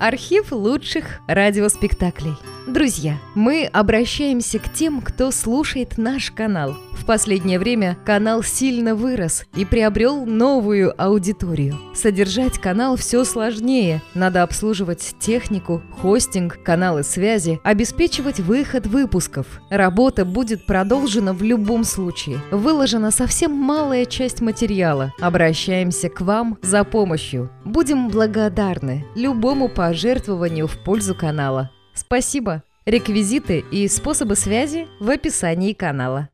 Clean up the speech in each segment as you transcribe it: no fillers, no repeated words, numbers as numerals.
Архив лучших радиоспектаклей. Друзья, мы обращаемся к тем, кто слушает наш канал. В последнее время канал сильно вырос и приобрел новую аудиторию. Содержать канал все сложнее. Надо обслуживать технику, хостинг, каналы связи, обеспечивать выход выпусков. Работа будет продолжена в любом случае. Выложена совсем малая часть материала. Обращаемся к вам за помощью. Будем благодарны любому пожертвованию в пользу канала. Спасибо! Реквизиты и способы связи в описании канала.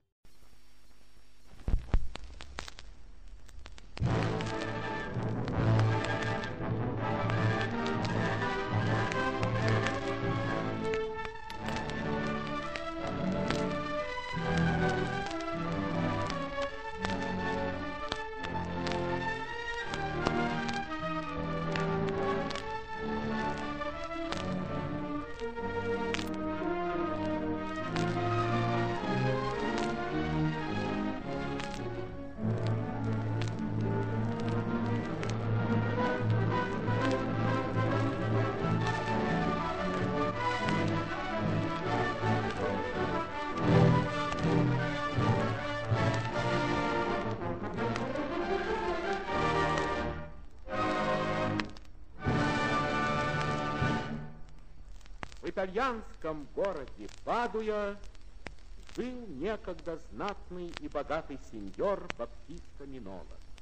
В итальянском городе Падуя жил некогда знатный и богатый сеньор Баптиста Минола.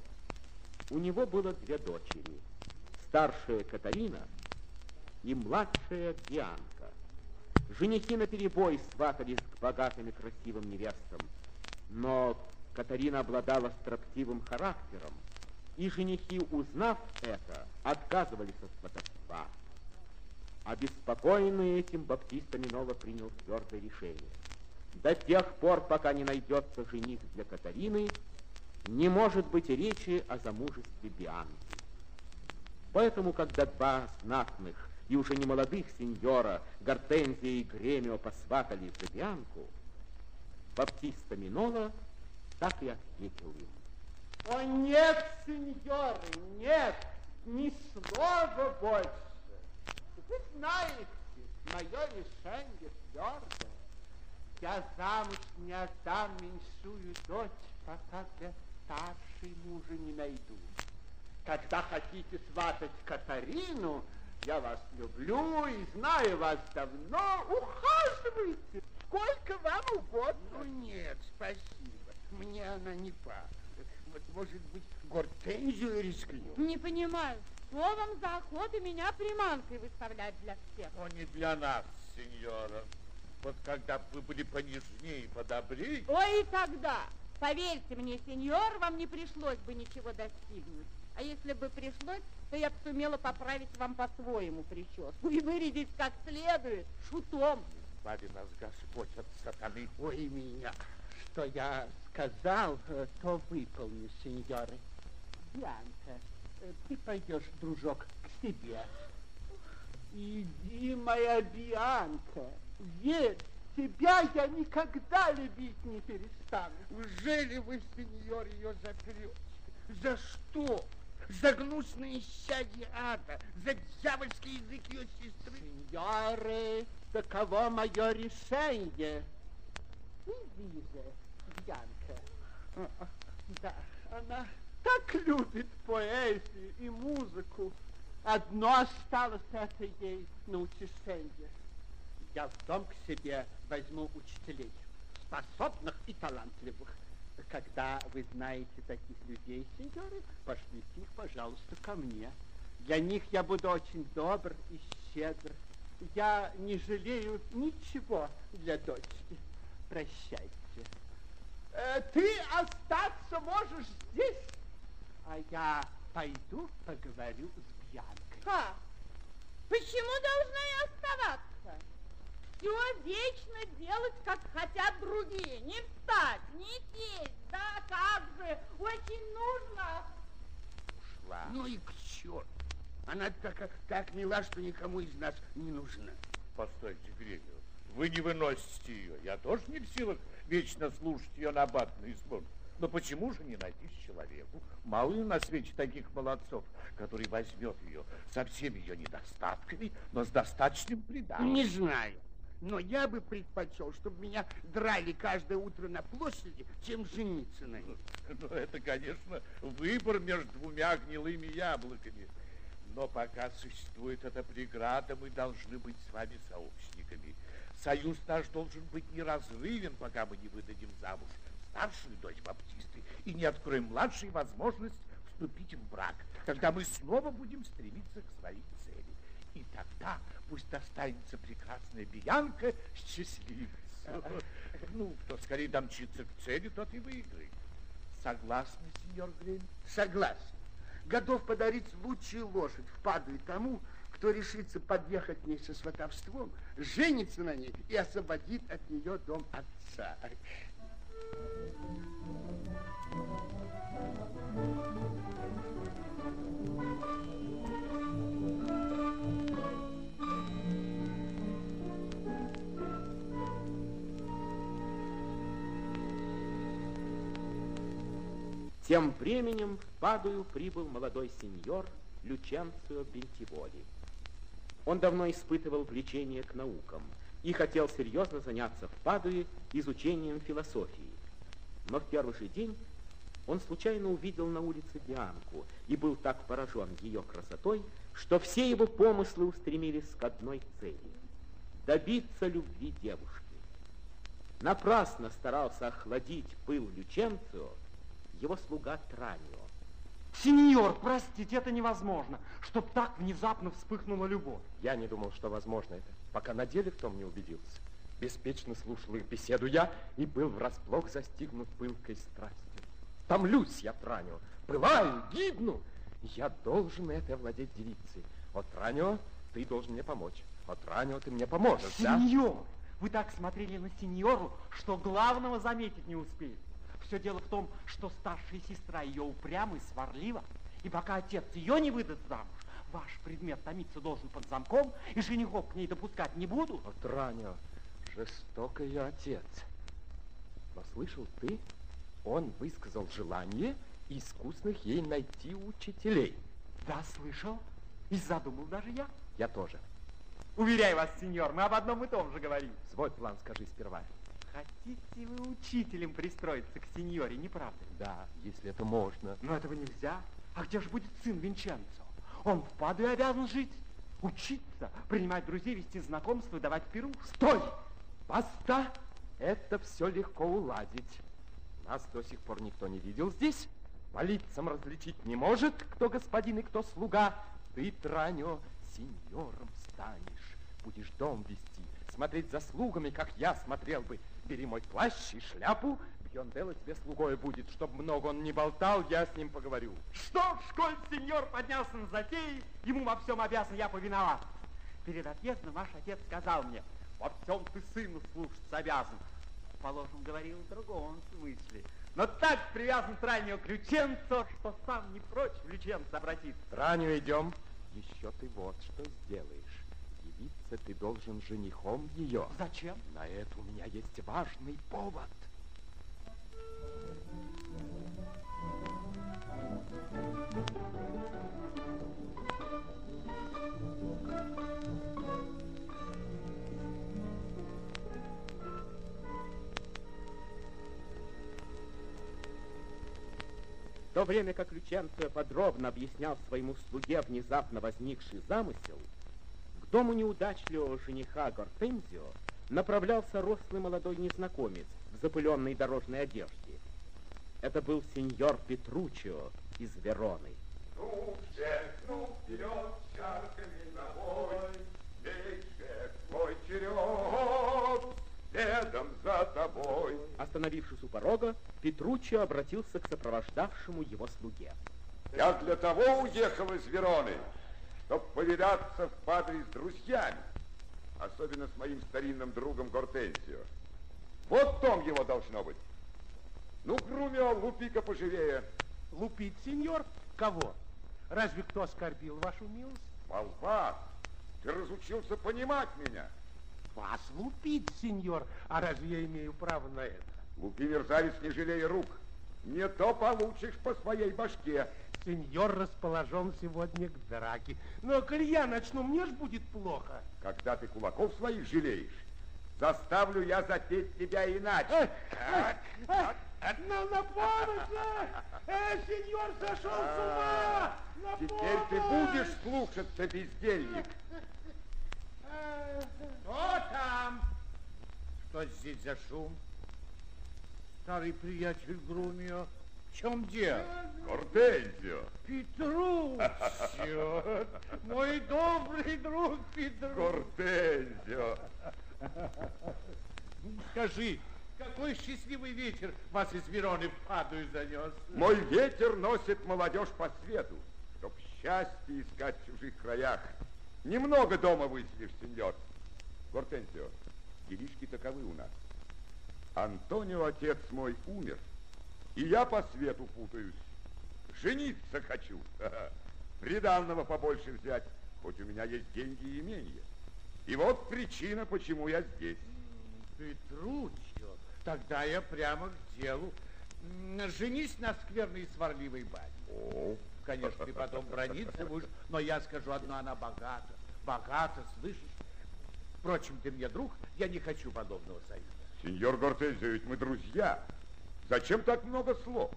У него было две дочери, старшая Катарина и младшая Бианка. Женихи наперебой сватались к богатым и красивым невестам, но Катарина обладала строптивым характером, и женихи, узнав это, отказывались от сватовства. Обеспокоенный этим, Баптиста Минола принял твердое решение. До тех пор, пока не найдется жених для Катарины, не может быть и речи о замужестве Бианки. Поэтому, когда два знатных и уже не молодых сеньора, Гортензия и Гремио, посватались за Бианку, Баптиста Минола так и ответил им. О нет, сеньоры, нет, ни слова больше. Вы знаете, мое решение твердое. Я замуж не отдам меньшую дочь, пока для старшей мужа не найду. Когда хотите сватать Катарину, я вас люблю и знаю вас давно, ухаживайте, сколько вам угодно. Ну нет, спасибо, мне она не пахнет. Вот, может быть, Гортензию рискну? Не понимаю. Что вам за охота меня приманкой выставлять для всех? Но не для нас, сеньора. Вот когда бы вы были понежнее и подобрее... Ой, и тогда, поверьте мне, сеньор, вам не пришлось бы ничего достигнуть. А если бы пришлось, то я бы сумела поправить вам по-своему прическу и вырядить как следует, шутом. Избави нас, Господь, от сатаны. Ой, меня, что я сказал, то выполню, сеньоры. Бианка, ты пойдешь, дружок, к себе. Иди, моя Бианка, верь, тебя я никогда любить не перестану. Ужели вы, сеньор, ее запрете? За что? За гнусные исчадья ада, за дьявольский язык ее сестры? Сеньоры, таково мое решение. Иди же, Бианка. Да, она так любит поэзию и музыку. Одно осталось это ей на утешение. Я в дом к себе возьму учителей, способных и талантливых. Когда вы знаете таких людей, сеньоры, пошлите их, пожалуйста, ко мне. Для них я буду очень добр и щедр. Я не жалею ничего для дочки. Прощайте. Ты остаться можешь здесь, а я пойду поговорю с Бьянкой. Как? Почему должна я оставаться? Все вечно делать, как хотят другие. Не встать, не сесть. Да как же, очень нужно. Ушла. Ну и к черту. Она так мила, что никому из нас не нужна. Постойте, Григорий, вы не выносите ее. Я тоже не в силах вечно слушать ее набатный звон. Но почему же не найтись человеку? Мало ли на свете таких молодцов, который возьмет ее со всеми ее недостатками, но с достаточным приданым. Не знаю. Но я бы предпочел, чтобы меня драли каждое утро на площади, чем жениться на ней. Ну, это, конечно, выбор между двумя гнилыми яблоками. Но пока существует эта преграда, мы должны быть с вами сообщниками. Союз наш должен быть неразрывен, пока мы не выдадим замуж старшую дочь Баптисты и не откроем младшей возможность вступить в брак, когда мы снова будем стремиться к своей цели. И тогда пусть останется прекрасная Бианка счастливой. Ну, кто скорее домчится к цели, тот и выиграет. Согласны, сеньор Грейн? Согласен. Готов подарить лучшую лошадь в Падуе тому, кто решится подъехать к ней со сватовством, женится на ней и освободит от нее дом отца. Тем временем в Падую прибыл молодой сеньор Люченцио Бентиволи. Он давно испытывал влечение к наукам и хотел серьезно заняться в Падуе изучением философии. Но в первый же день он случайно увидел на улице Бианку и был так поражен ее красотой, что все его помыслы устремились к одной цели – добиться любви девушки. Напрасно старался охладить пыл Люченцио его слуга Транио. Сеньор, простите, это невозможно, чтоб так внезапно вспыхнула любовь. Я не думал, что возможно это, пока на деле в том не убедился. Беспечно слушал их беседу я и был врасплох застигнут пылкой страстью. Томлюсь я, Транио, пылаю, гибну. Я должен этой овладеть девицей. О, Транио, ты должен мне помочь. О, Транио, ты мне поможешь, да? Сеньор, вы так смотрели на сеньору, что главного заметить не успели. Все дело в том, что старшая сестра ее упряма и сварлива, и пока отец ее не выдаст замуж, ваш предмет томиться должен под замком, и женихов к ней допускать не буду. О, Транио, жесток ее отец. Но слышал ты, он высказал желание искусных ей найти учителей. Да, слышал, и задумал даже я. Я тоже. Уверяю вас, сеньор, мы об одном и том же говорим. Свой план скажи сперва. Хотите вы учителем пристроиться к сеньоре, не правда ли? Да, если это можно. Но этого нельзя. А где же будет сын Винченцо? Он в Падуе обязан жить, учиться, принимать друзей, вести знакомства, давать пиру. Стой! Баста! Это все легко уладить. Нас до сих пор никто не видел здесь. По лицам различить не может, кто господин и кто слуга. Ты, Транио, сеньором станешь. Будешь дом вести, смотреть за слугами, как я смотрел бы. Бери мой плащ и шляпу, Бьонделло тебе слугой будет. Чтоб много он не болтал, я с ним поговорю. Что ж, коль сеньор поднялся на затеи, ему во всем обязан, я повиноват. Перед отъездом ваш отец сказал мне, во всем ты сыну слушаться обязан. Положим, говорил в другом смысле. Но так привязан Транио к Люченцо, что сам не прочь в Люченцо обратиться. Транио, идем. Еще ты вот что сделаешь. Явиться ты должен женихом ее. Зачем? На это у меня есть важный повод. В то время как Люченцио подробно объяснял своему слуге внезапно возникший замысел, к дому неудачливого жениха Гортензио направлялся рослый молодой незнакомец в запыленной дорожной одежде. Это был сеньор Петруччио из Вероны. Ну, Джек, ну, вперед, чарками на бой, бей, Джек, твой черед, следом за тобой. Остановившись у порога, Петруччио обратился к сопровождавшему его слуге. Я для того уехал из Вероны, чтобы повидаться в Падуе с друзьями, особенно с моим старинным другом Гортензио. Вот дом его должно быть. Ну, Грумио, лупи-ка поживее. Лупить, сеньор? Кого? Разве кто оскорбил вашу милость? Молва, ты разучился понимать меня. Вас лупить, сеньор? А разве я имею право на это? Лупи, мерзавец, не жалея рук. Не то получишь по своей башке. Сеньор расположен сегодня к драке. Но, коли я начну, мне ж будет плохо. Когда ты кулаков своих жалеешь, заставлю я запеть тебя иначе. На помощь! Сеньор сошел с ума! Теперь ты будешь слушаться, бездельник. Кто там? Что здесь за шум? Старый приятель Грумио, в чем дело? Гортензио. Петруччо, мой добрый друг Петруччо. Гортензио. Скажи, какой счастливый вечер вас из Вероны в Падую занес? Мой ветер носит молодежь по свету, чтоб счастье искать в чужих краях. Немного дома выселишь, сеньор. Гортензио, делишки таковы у нас. Антонио, отец мой, умер, и я по свету путаюсь. Жениться хочу, приданного побольше взять, хоть у меня есть деньги и имение. И вот причина, почему я здесь. Петруччо, тогда я прямо к делу. Женись на скверной и сварливой бабе. О. Конечно, ты потом браниться будешь, но я скажу одно, она богата. Богата, слышишь? Впрочем, ты мне друг, я не хочу подобного союза. Сеньор Гортензио, ведь мы друзья. Зачем так много слов?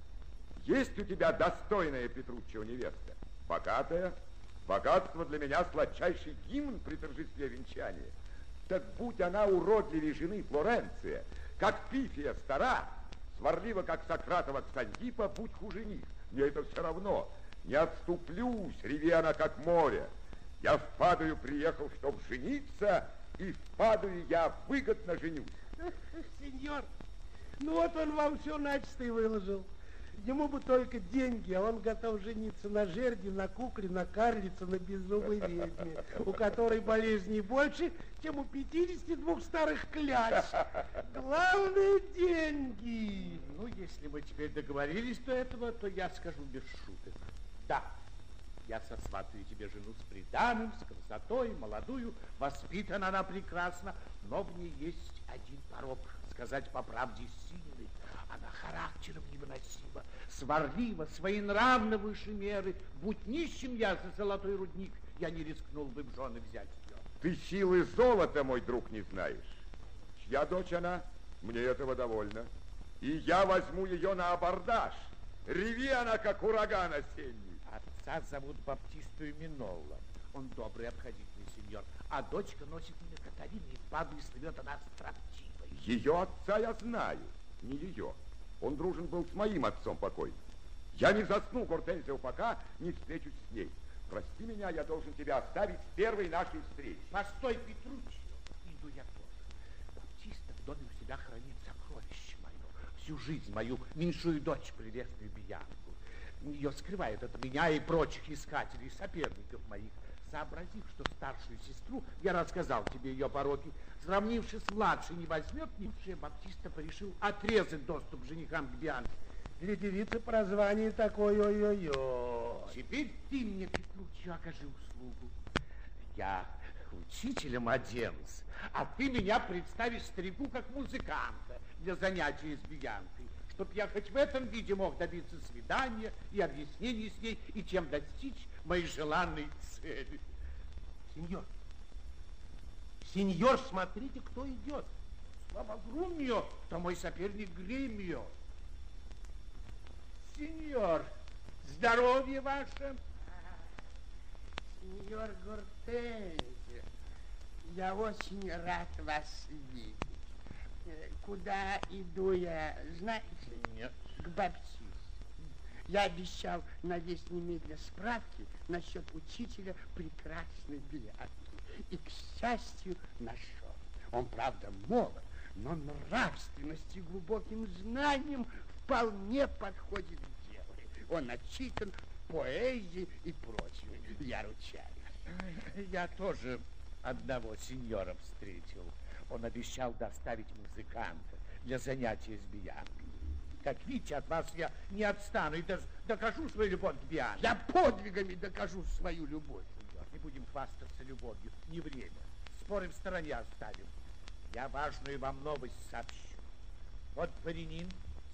Есть у тебя достойная Петруччо невеста? Богатая? Богатство для меня сладчайший гимн при торжестве венчания. Так будь она уродливей жены Флоренция, как Пифия стара, сварлива, как Сократова Ксантипа, будь хуже них. Мне это все равно. Не отступлюсь, реви она, как море. Я в Падую приехал, чтоб жениться, и в Падую я выгодно женюсь. Сеньор, ну вот он вам все начисто и выложил. Ему бы только деньги, а он готов жениться на жерди, на кукле, на карлице, на беззубой ведьме, у которой болезней больше, чем у 52 старых кляч. Главное — деньги. Ну, если мы теперь договорились до этого, то я скажу без шуток. Да, я сосватаю тебе жену с приданым, с красотой, молодую, воспитана она прекрасно, но в ней есть один порок, сказать по правде, сильный. Она характером невыносима, сварлива, своенравна выше меры. Будь нищим я за золотой рудник, я не рискнул бы в жены взять ее. Ты силы золота, мой друг, не знаешь. Чья дочь она? Мне этого довольно. И я возьму ее на абордаж. Реви она, как ураган осенний. Отца зовут Баптисту Минолло. Он добрый, обходительный сеньор. А дочка носит имя Катарина, и в Падуе слывет она строптивой. Ее отца я знаю, не ее. Он дружен был с моим отцом покойным. Я не засну, Гортензио, пока не встречусь с ней. Прости меня, я должен тебя оставить с первой нашей встречи. Постой, Петруччо, иду я тоже. Баптиста в доме у себя хранит сокровище мое, всю жизнь мою меньшую дочь, прелестную Бианку. Ее скрывает от меня и прочих искателей, соперников моих. Сообразив, что старшую сестру, я рассказал тебе ее пороки, сравнившись с младшей, не возьмет, бывшая Баптиста порешил отрезать доступ женихам к Бианке. Для девицы прозвание такое, ой-ой-ой. Теперь ты мне, Петруччо, окажи услугу. Я учителем оденусь, а ты меня представишь старику как музыканта для занятий с Бианкой, чтоб я хоть в этом виде мог добиться свидания и объяснений с ней, и чем достичь моей желанной цели. Сеньор, смотрите, кто идет. Слава Грумио, то мой соперник Гремио. Сеньор, здоровье ваше. Сеньор Гортензио, я очень рад вас видеть. Куда иду я, знаете? Нет. К Баптисте. Я обещал навесть немедля справки насчет учителя прекрасной Бианки. И, к счастью, нашел. Он, правда, молод, но нравственностью и глубоким знанием вполне подходит к делу. Он начитан в поэзии и прочее. Я ручаюсь. Я тоже одного сеньора встретил. Он обещал доставить музыканта для занятия с Бианкой. Как видите, от вас я не отстану и докажу свою любовь к Бианке. Я подвигами докажу свою любовь. Сеньор, не будем хвастаться любовью, не время. Споры в стороне оставим. Я важную вам новость сообщу. Вот дворянин,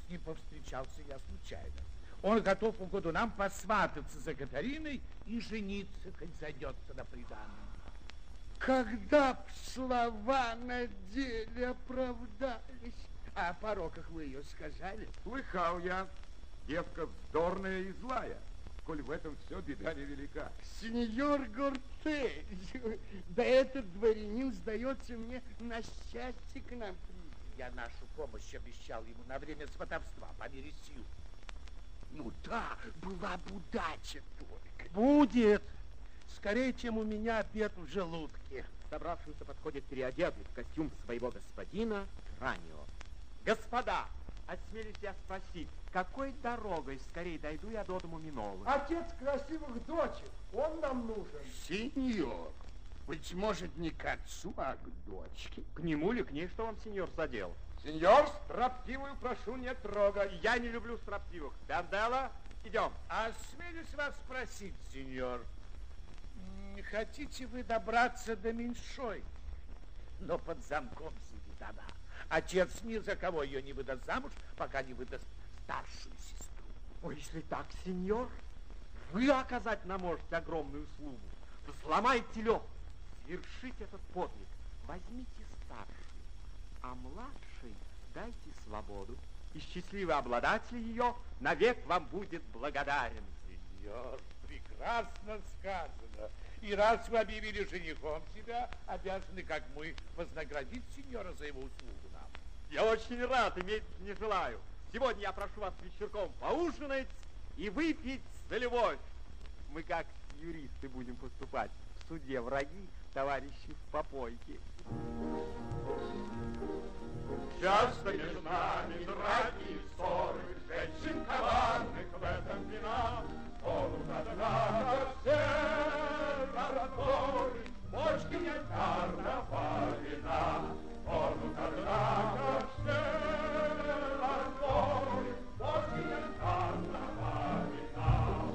с ним повстречался я случайно. Он готов угоду нам посвататься за Катариной и жениться, хоть зайдется на приданое. Когда б слова на деле оправдались. А о пороках вы ее сказали? Слыхал я, девка вздорная и злая, коль в этом все беда невелика. Сеньор Гортензио, да этот дворянин, сдается мне, на счастье к нам придет. Я нашу помощь обещал ему на время сватовства по мере сил. Ну да, была бы удача только. Будет. Скорее, чем у меня обед в желудке. Собравшимся подходит переодетый в костюм своего господина Транио. Господа, осмелюсь я спросить, какой дорогой скорее дойду я до дому Минолы? Отец красивых дочек, он нам нужен. Сеньор, быть может, не к отцу, а к дочке. К нему ли, к ней, что вам, сеньор, задел? Сеньор, строптивую прошу не трогать. Я не люблю строптивых. Бенделла, идем. Осмелюсь вас спросить, сеньор, хотите вы добраться до меньшой? Но под замком сидит она. Отец ни за кого ее не выдаст замуж, пока не выдаст старшую сестру. Ой, если так, сеньор, вы оказать нам можете огромную услугу. Взломайте лед, свершите этот подвиг. Возьмите старшую, а младшей дайте свободу. И счастливый обладатель ее навек вам будет благодарен. Сеньор, прекрасно сказано. И раз вы объявили женихом себя, обязаны, как мы, вознаградить сеньора за его услугу нам. Я очень рад, иметь не желаю. Сегодня я прошу вас вечерком поужинать и выпить за любовь. Мы как юристы будем поступать. В суде враги, товарищи в попойке. Часто между нами драки и ссоры, женщин коварных в этом вина. Полут однако все раздоры, бочки янтарного вина. Полут однако все раздоры, бочки янтарного вина.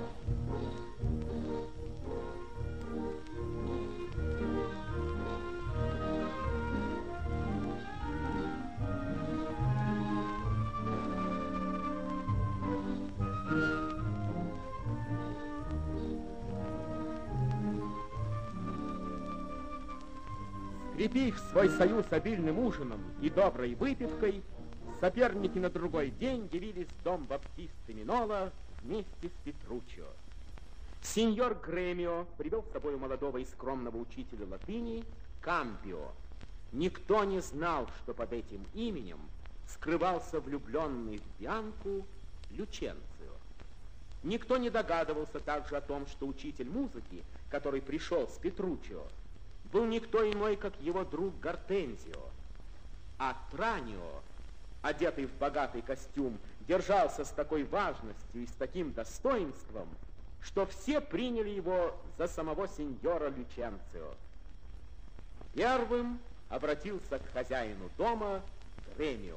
Скрепив свой союз обильным ужином и доброй выпивкой, соперники на другой день явились в дом Баптисты Минола вместе с Петруччо. Сеньор Гремио привел с собой молодого и скромного учителя латыни Кампио. Никто не знал, что под этим именем скрывался влюбленный в Бианку Люченцио. Никто не догадывался также о том, что учитель музыки, который пришел с Петруччо, был никто иной, как его друг Гортензио. А Транио, одетый в богатый костюм, держался с такой важностью и с таким достоинством, что все приняли его за самого сеньора Люченцио. Первым обратился к хозяину дома Гремио.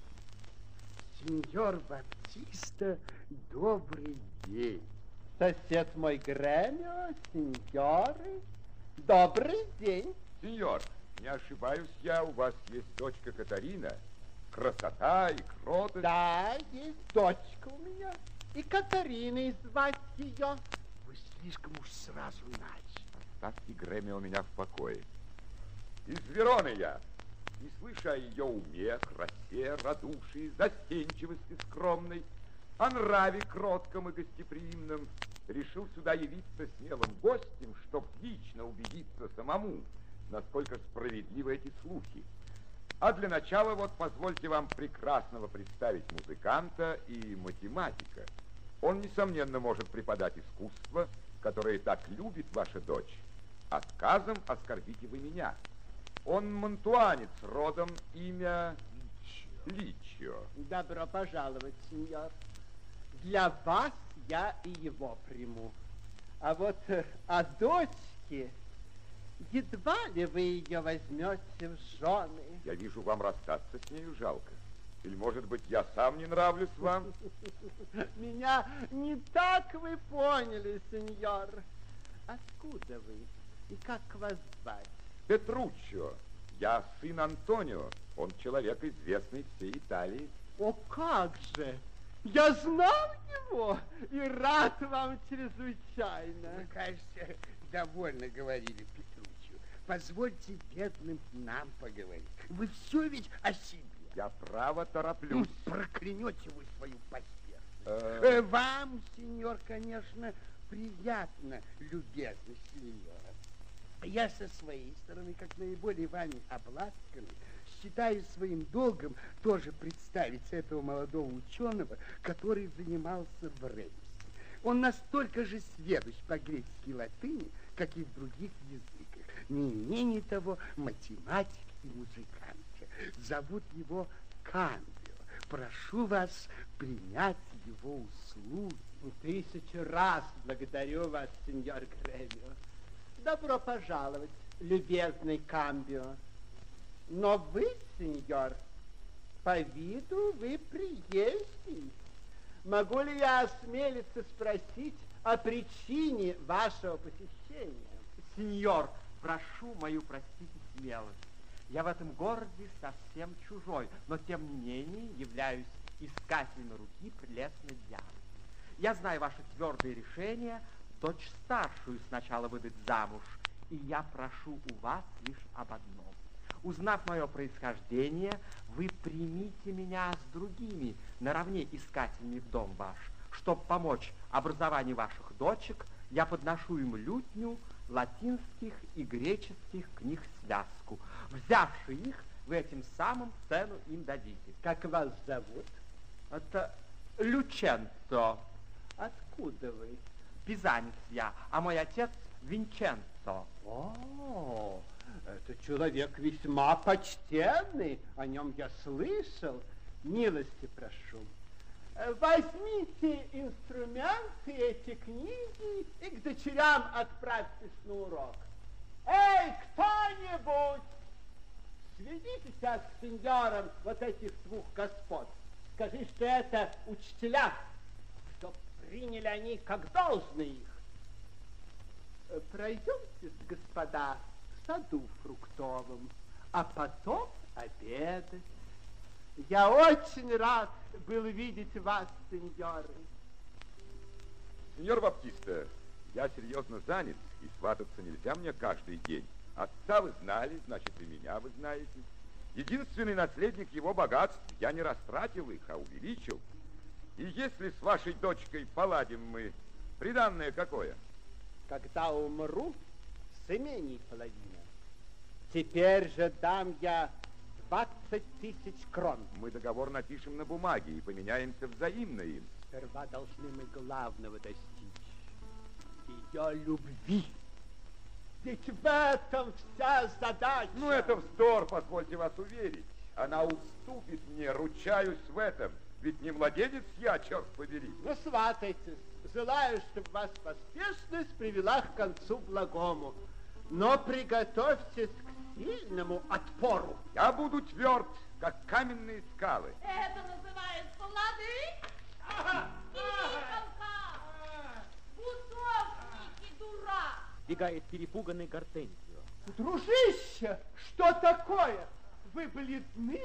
Сеньор Баптиста, добрый день. Сосед мой Гремио, сеньоры, добрый день. Сеньор, не ошибаюсь я, у вас есть дочка Катарина. Красота и кротость. Да, есть дочка у меня. И Катариной звать ее. Вы слишком уж сразу начали. Оставьте Гремио меня в покое. Из Вероны я. Не слыша о ее уме, красе, радушии, застенчивости скромной, о нраве кротком и гостеприимном, решил сюда явиться смелым гостем, чтоб лично убедиться самому, насколько справедливы эти слухи. А для начала вот позвольте вам прекрасного представить музыканта и математика. Он, несомненно, может преподать искусство, которое так любит ваша дочь. Отказом оскорбите вы меня. Он мантуанец, родом имя Личио. Добро пожаловать, сеньор. Для вас я и его приму. А вот о дочке, едва ли вы ее возьмете в жены. Я вижу, вам расстаться с нею жалко. Или, может быть, я сам не нравлюсь вам? Меня не так вы поняли, сеньор. Откуда вы и как вас звать? Петруччо. Я сын Антонио. Он человек, известный всей Италии. О, как же! Я знал его и рад вам чрезвычайно. Вы, кажется, довольно говорили Петруччо. Позвольте бедным нам поговорить. Вы все ведь о себе. Я право тороплюсь. Проклянете вы свою поспешность. Вам, сеньор, конечно, приятна любезность сеньора. Я со своей стороны, как наиболее вами обласканный, считаю своим долгом тоже представить этого молодого ученого, который занимался в Реймсе. Он настолько же сведущ по-гречески и латыни, как и в других языках. Не менее того, математик и музыкант. Зовут его Камбио. Прошу вас принять его услуги. 1000 раз благодарю вас, сеньор Гремио. Добро пожаловать, любезный Камбио. Но вы, сеньор, по виду вы приезжий. Могу ли я осмелиться спросить о причине вашего посещения? Сеньор, прошу мою простите смелость. Я в этом городе совсем чужой, но тем не менее являюсь искателем руки прелестной Дианы. Я знаю ваше твердое решение дочь старшую сначала выдать замуж, и я прошу у вас лишь об одном. Узнав мое происхождение, вы примите меня с другими наравне искателями в дом ваш. Чтобы помочь образованию ваших дочек, я подношу им лютню латинских и греческих книг связку. Взявши их, вы этим самым цену им дадите. Как вас зовут? Это Люченцо. Откуда вы? Пизанец я, а мой отец Винченцо. О, это человек весьма почтенный, о нем я слышал. Милости прошу. Возьмите инструменты, эти книги и к дочерям отправьтесь на урок. Эй, кто-нибудь, сведитесь с сеньором вот этих двух господ. Скажи, что это учителя, что приняли они как должны их. Пройдемте, господа, к саду фруктовым, а потом обедать. Я очень рад был видеть вас, сеньоры. Сеньор Баптиста, я серьезно занят, и свататься нельзя мне каждый день. Отца вы знали, значит, и меня вы знаете. Единственный наследник его богатств, я не растратил их, а увеличил. И если с вашей дочкой поладим мы, приданное какое? Когда умру, с имений половина. Теперь же дам я 20 000 крон. Мы договор напишем на бумаге и поменяемся взаимно им. Сперва должны мы главного достичь. Ее любви. Ведь в этом вся задача. Ну, это вздор, позвольте вас уверить. Она уступит мне, ручаюсь в этом. Ведь не младенец я, черт побери. Ну, сватайтесь. Желаю, чтобы вас поспешность привела к концу благому. Но приготовьтесь к сильному отпору. Я буду тверд, как каменные скалы. Это называется лады? Николка! Бутовник и дурак! Бегает перепуганный Гортензио. Дружище, что такое? Вы бледны?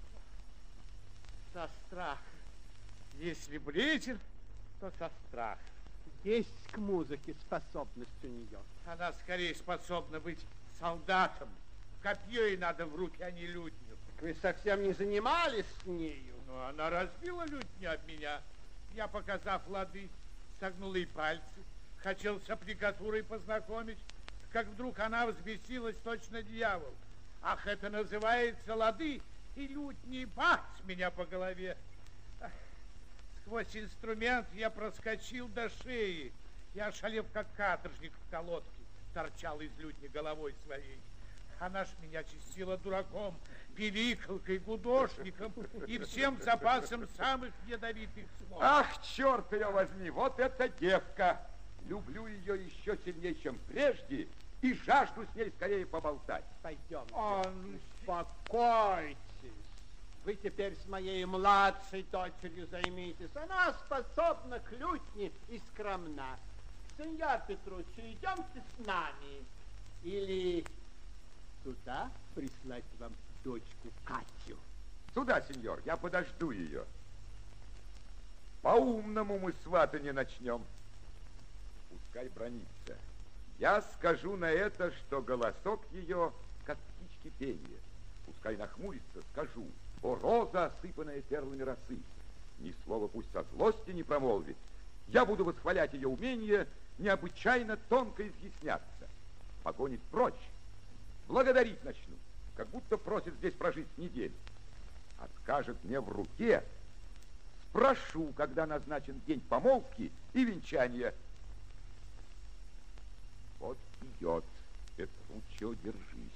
Со страха. Если бледен, то со страха. Есть к музыке способность у нее. Она скорее способна быть солдатом. Копье ей надо в руки, а не лютню. Так вы совсем не занимались с нею? Но она разбила лютню об меня. Я, показав лады, согнул ей пальцы. Хотел с аппликатурой познакомить, как вдруг она взбесилась, точно дьявол. Ах, это называется лады, и лютни бац меня по голове. Сквозь инструмент я проскочил до шеи. Я, ошалев как каторжник в колодке, торчал из лютни головой своей. Она ж меня чистила дураком, пиликалкой, гудошником и всем запасом самых ядовитых слов. Ах, черт ее возьми, вот эта девка! Люблю ее еще сильнее, чем прежде, и жажду с ней скорее поболтать. Пойдемте. Успокойтесь. Вы теперь с моей младшей дочерью займитесь. Она способна к лютне и скромна. Сеньор Петруччо, идемте с нами. Или туда прислать вам дочку Катю. Сюда, сеньор, я подожду ее. По-умному мы сватанье начнем. Пускай бранится. Я скажу на это, что голосок ее, как птички пение. Пускай нахмурится, скажу: о, роза, осыпанная перлами росы. Ни слова пусть со злости не промолвит. Я буду восхвалять ее умение необычайно тонко изъясняться. Погонит прочь. Благодарить начну, как будто просит здесь прожить неделю. Откажет мне в руке. Спрошу, когда назначен день помолвки и венчания. Вот идет. Петруччо, держись.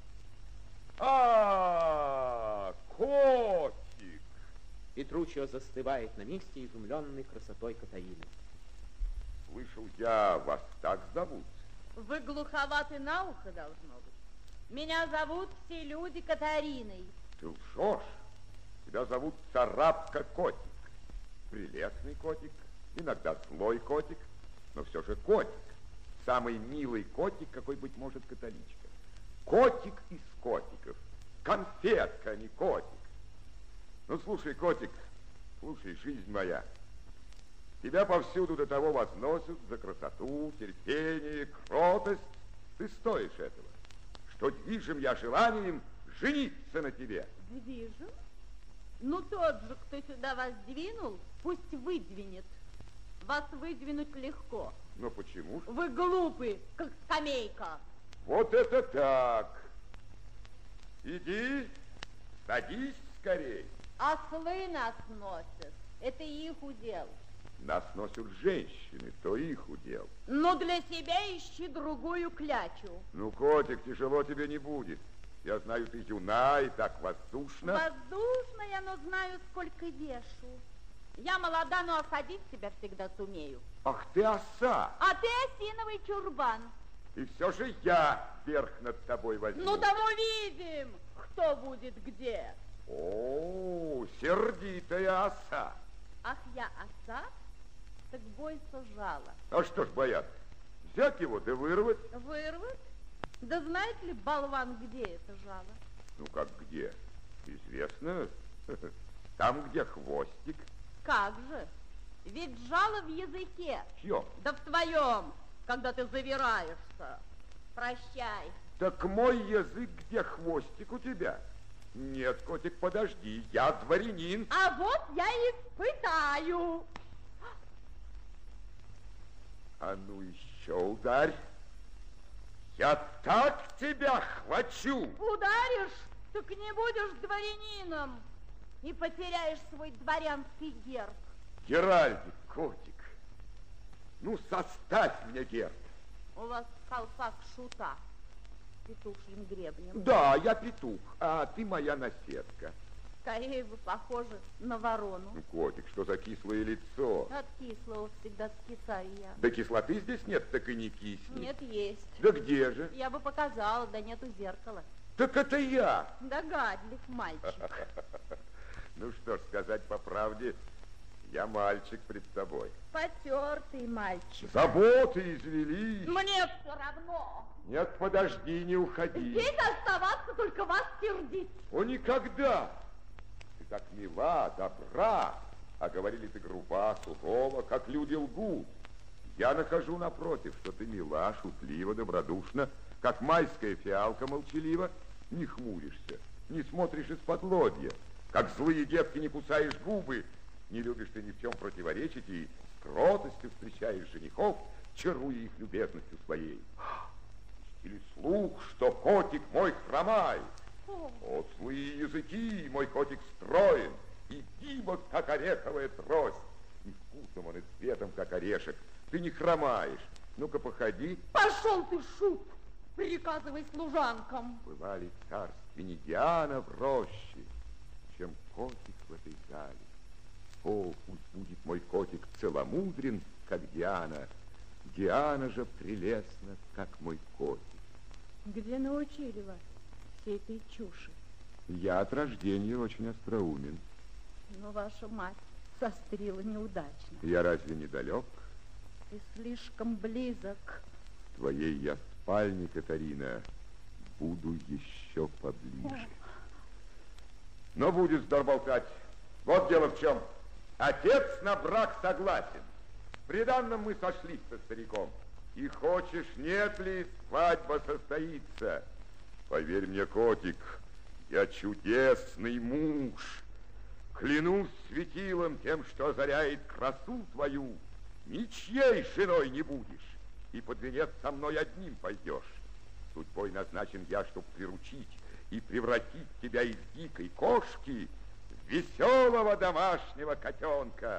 Котик! Петруччо застывает на месте, изумленный красотой Катарины. Слышал я, вас так зовут. Вы глуховаты на ухо, должно быть. Меня зовут все люди Катариной. Ты лжешь. Тебя зовут Царапка-котик. Прелестный котик, иногда злой котик, но все же котик. Самый милый котик, какой быть может католичка. Котик из котиков. Конфетка, а не котик. Ну, слушай, котик, слушай, жизнь моя. Тебя повсюду до того возносят за красоту, терпение, кротость. Ты стоишь этого. Что движим я желанием жениться на тебе. Движим? Ну, тот же, кто сюда вас двинул, пусть выдвинет. Вас выдвинуть легко. Но почему же? Вы глупы, как скамейка. Вот это так. Иди, садись скорей. Ослы нас носят. Это их удел. Нас носят женщины, то их удел. Ну, для себя ищи другую клячу. Ну, котик, тяжело тебе не будет. Я знаю, ты юна и так воздушно. Воздушная, но знаю, сколько вешу. Я молода, но осадить тебя всегда сумею. Ах ты оса! А ты осиновый чурбан. И все же я верх над тобой возьму. Ну, там увидим, кто будет где. О, сердитая оса. Ах, я оса? Так бойся жала. А что ж бояться? Взять его да вырвать. Вырвать? Да знает ли болван, где это жало? Ну, как где? Известно. Там, где хвостик. Как же? Ведь жало в языке. Чьем? Да в твоем, когда ты завираешься. Прощай. Так мой язык, где хвостик у тебя? Нет, котик, подожди, я дворянин. А вот я испытаю. А ну еще ударь. Я так тебя хвачу. Ударишь, так не будешь дворянином и потеряешь свой дворянский герб. Геральдик, котик, ну составь мне герб. У вас колпак шута петушьим гребнем. Да, я петух, а ты моя наседка. Скорее вы похожи на ворону. Ну, котик, что за кислое лицо? От кислого всегда скисаю я. Да кислоты здесь нет, так и не кисни. Нет, есть. Да где же? Я бы показала, да нету зеркала. Так это я. Догадлив мальчик. Ну что ж, сказать по правде, я мальчик пред тобой. Потертый мальчик. Заботы извели. Мне все равно. Нет, подожди, не уходи. Здесь оставаться, только вас сердить. О, никогда. Ты так мила, добра, а говорили ты груба, сурова, как люди лгут. Я нахожу напротив, что ты мила, шутлива, добродушна, как майская фиалка молчалива, не хмуришься, не смотришь из-под лобья, как злые девки не кусаешь губы, не любишь ты ни в чем противоречить и с кротостью встречаешь женихов, чаруя их любезностью своей. Или слух, что котик мой хромает. О, злые языки, мой котик строен, и гибок, как ореховая трость, и вкусом он, и цветом, как орешек. Ты не хромаешь. Ну-ка, походи. Пошел ты, шут! Приказывай служанкам. Была ли царственней Диана в роще, чем котик в этой зале? О, пусть будет мой котик целомудрен, как Диана. Диана же прелестна, как мой котик. Где научили вас всей этой чуши? Я от рождения очень остроумен. Но ваша мать сострила неудачно. Я разве недалек? Ты слишком близок. В твоей я спальне, Катарина, буду еще поближе. Но будешь вздор болтать. Вот дело в чем. Отец на брак согласен. В приданном мы сошлись со стариком. И хочешь, нет ли, свадьба состоится. Поверь мне, котик, я чудесный муж. Клянусь светилом тем, что озаряет красу твою. Ничьей женой не будешь. И под венец со мной одним пойдешь. Судьбой назначен я, чтоб приручить и превратить тебя из дикой кошки в веселого домашнего котенка.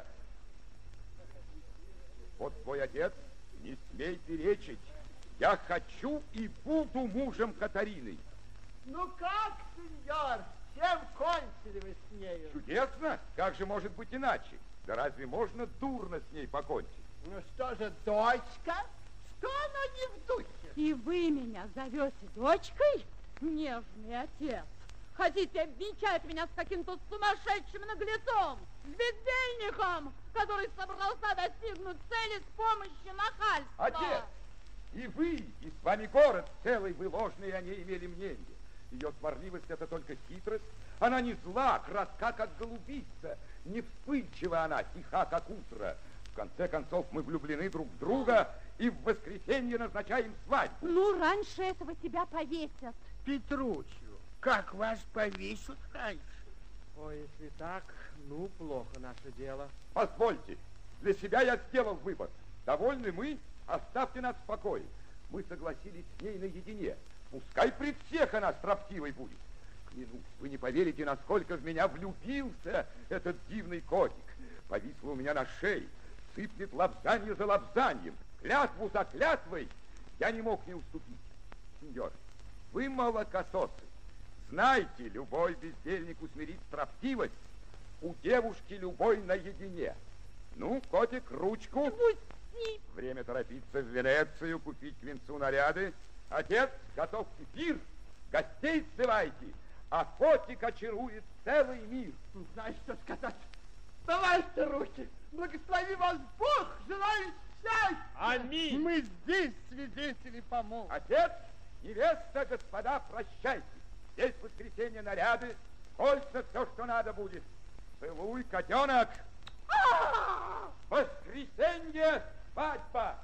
Вот твой отец, не смей перечить. Я хочу и буду мужем Катарины. Ну как, сеньор, чем кончили вы с нею? Чудесно? Как же может быть иначе? Да разве можно дурно с ней покончить? Ну что же, дочка? Что она не в духе? И вы меня зовете дочкой? Нежный отец. Хотите обвенчать меня с каким-то сумасшедшим наглецом, с бездельником, который собрался достигнуть цели с помощью нахальства? Отец! И вы, и с вами город целый, вы ложные о ней имели мнение. Ее сварливость — это только хитрость. Она не зла, краска, как голубица. Не вспыльчива она, тиха, как утро. В конце концов, мы влюблены друг в друга и в воскресенье назначаем свадьбу. Ну, раньше этого тебя повесят. Петручью, как вас повесят раньше? Ой, если так, ну, плохо наше дело. Позвольте, для себя я сделал выбор. Довольны мы? Оставьте нас в покое. Мы согласились с ней наедине. Пускай пред всех она строптивой будет. Клянусь, вы не поверите, насколько в меня влюбился этот дивный котик. Повисло у меня на шее, сыплет лапзанье за лапзаньем, клятву за клятвой. Я не мог не уступить. Сеньор, вы молокососы. Знайте, любой бездельник усмирит строптивость. У девушки любой наедине. Ну, котик, ручку. Пусти. Время торопиться в Венецию, купить к венцу наряды. Отец, готовьте пир, гостей сзывайте, а котик очарует целый мир. Знаешь, что сказать? Давайте руки. Благослови вас Бог, желаю счастья. Аминь. Мы здесь свидетели помолвки. Отец, невеста, господа, прощайте. Здесь в воскресенье наряды, кольца, все, что надо будет. Целуй, котенок. Воскресенье, свадьба.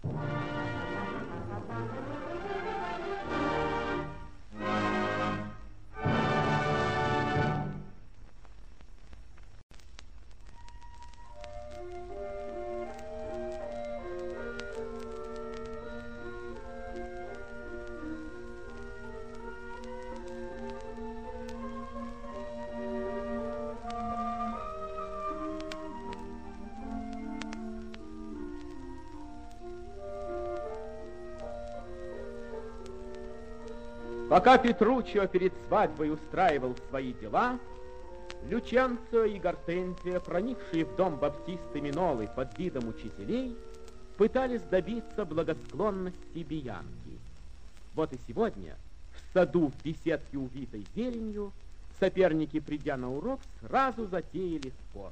Пока Петруччо перед свадьбой устраивал свои дела, Люченцо и Гортензия, проникшие в дом Баптисты Минолы под видом учителей, пытались добиться благосклонности Бианки. Вот и сегодня, в саду в беседке, увитой зеленью, соперники, придя на урок, сразу затеяли спор.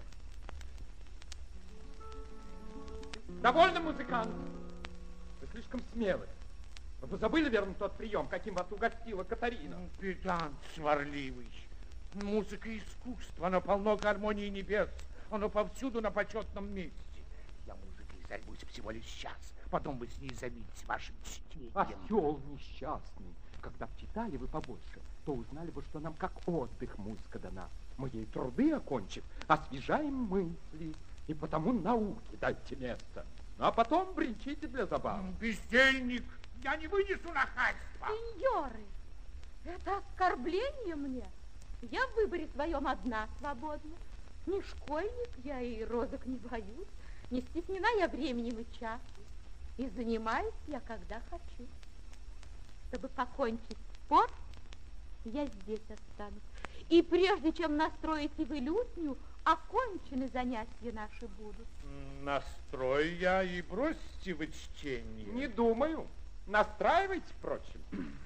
Довольно, музыкант. Вы слишком смелы. Вы забыли, верно, тот прием, каким вас угостила Катарина? Педант сварливый. Музыка — искусство, оно полно гармонии небес, оно повсюду на почетном месте. Я музыкой займусь всего лишь час, потом вы с ней займитесь вашим чтением. Осел несчастный. Когда б читали вы побольше, то узнали бы, что нам как отдых музыка дана. Мы ей труды окончив, освежаем мысли, и потому науке дайте место. Ну, а потом бренчите для забавы. Бездельник, я не вынесу нахальства. Сеньоры, это оскорбление мне. Я в выборе своем одна свободна. Не школьник, я и розок не боюсь. Не стеснена я временем и часом. И занимаюсь я, когда хочу. Чтобы покончить спор, я здесь останусь. И прежде чем настроите вы лютню, окончены занятия наши будут. Настрой я и бросьте вы чтение. Не думаю. Настраивайте, впрочем.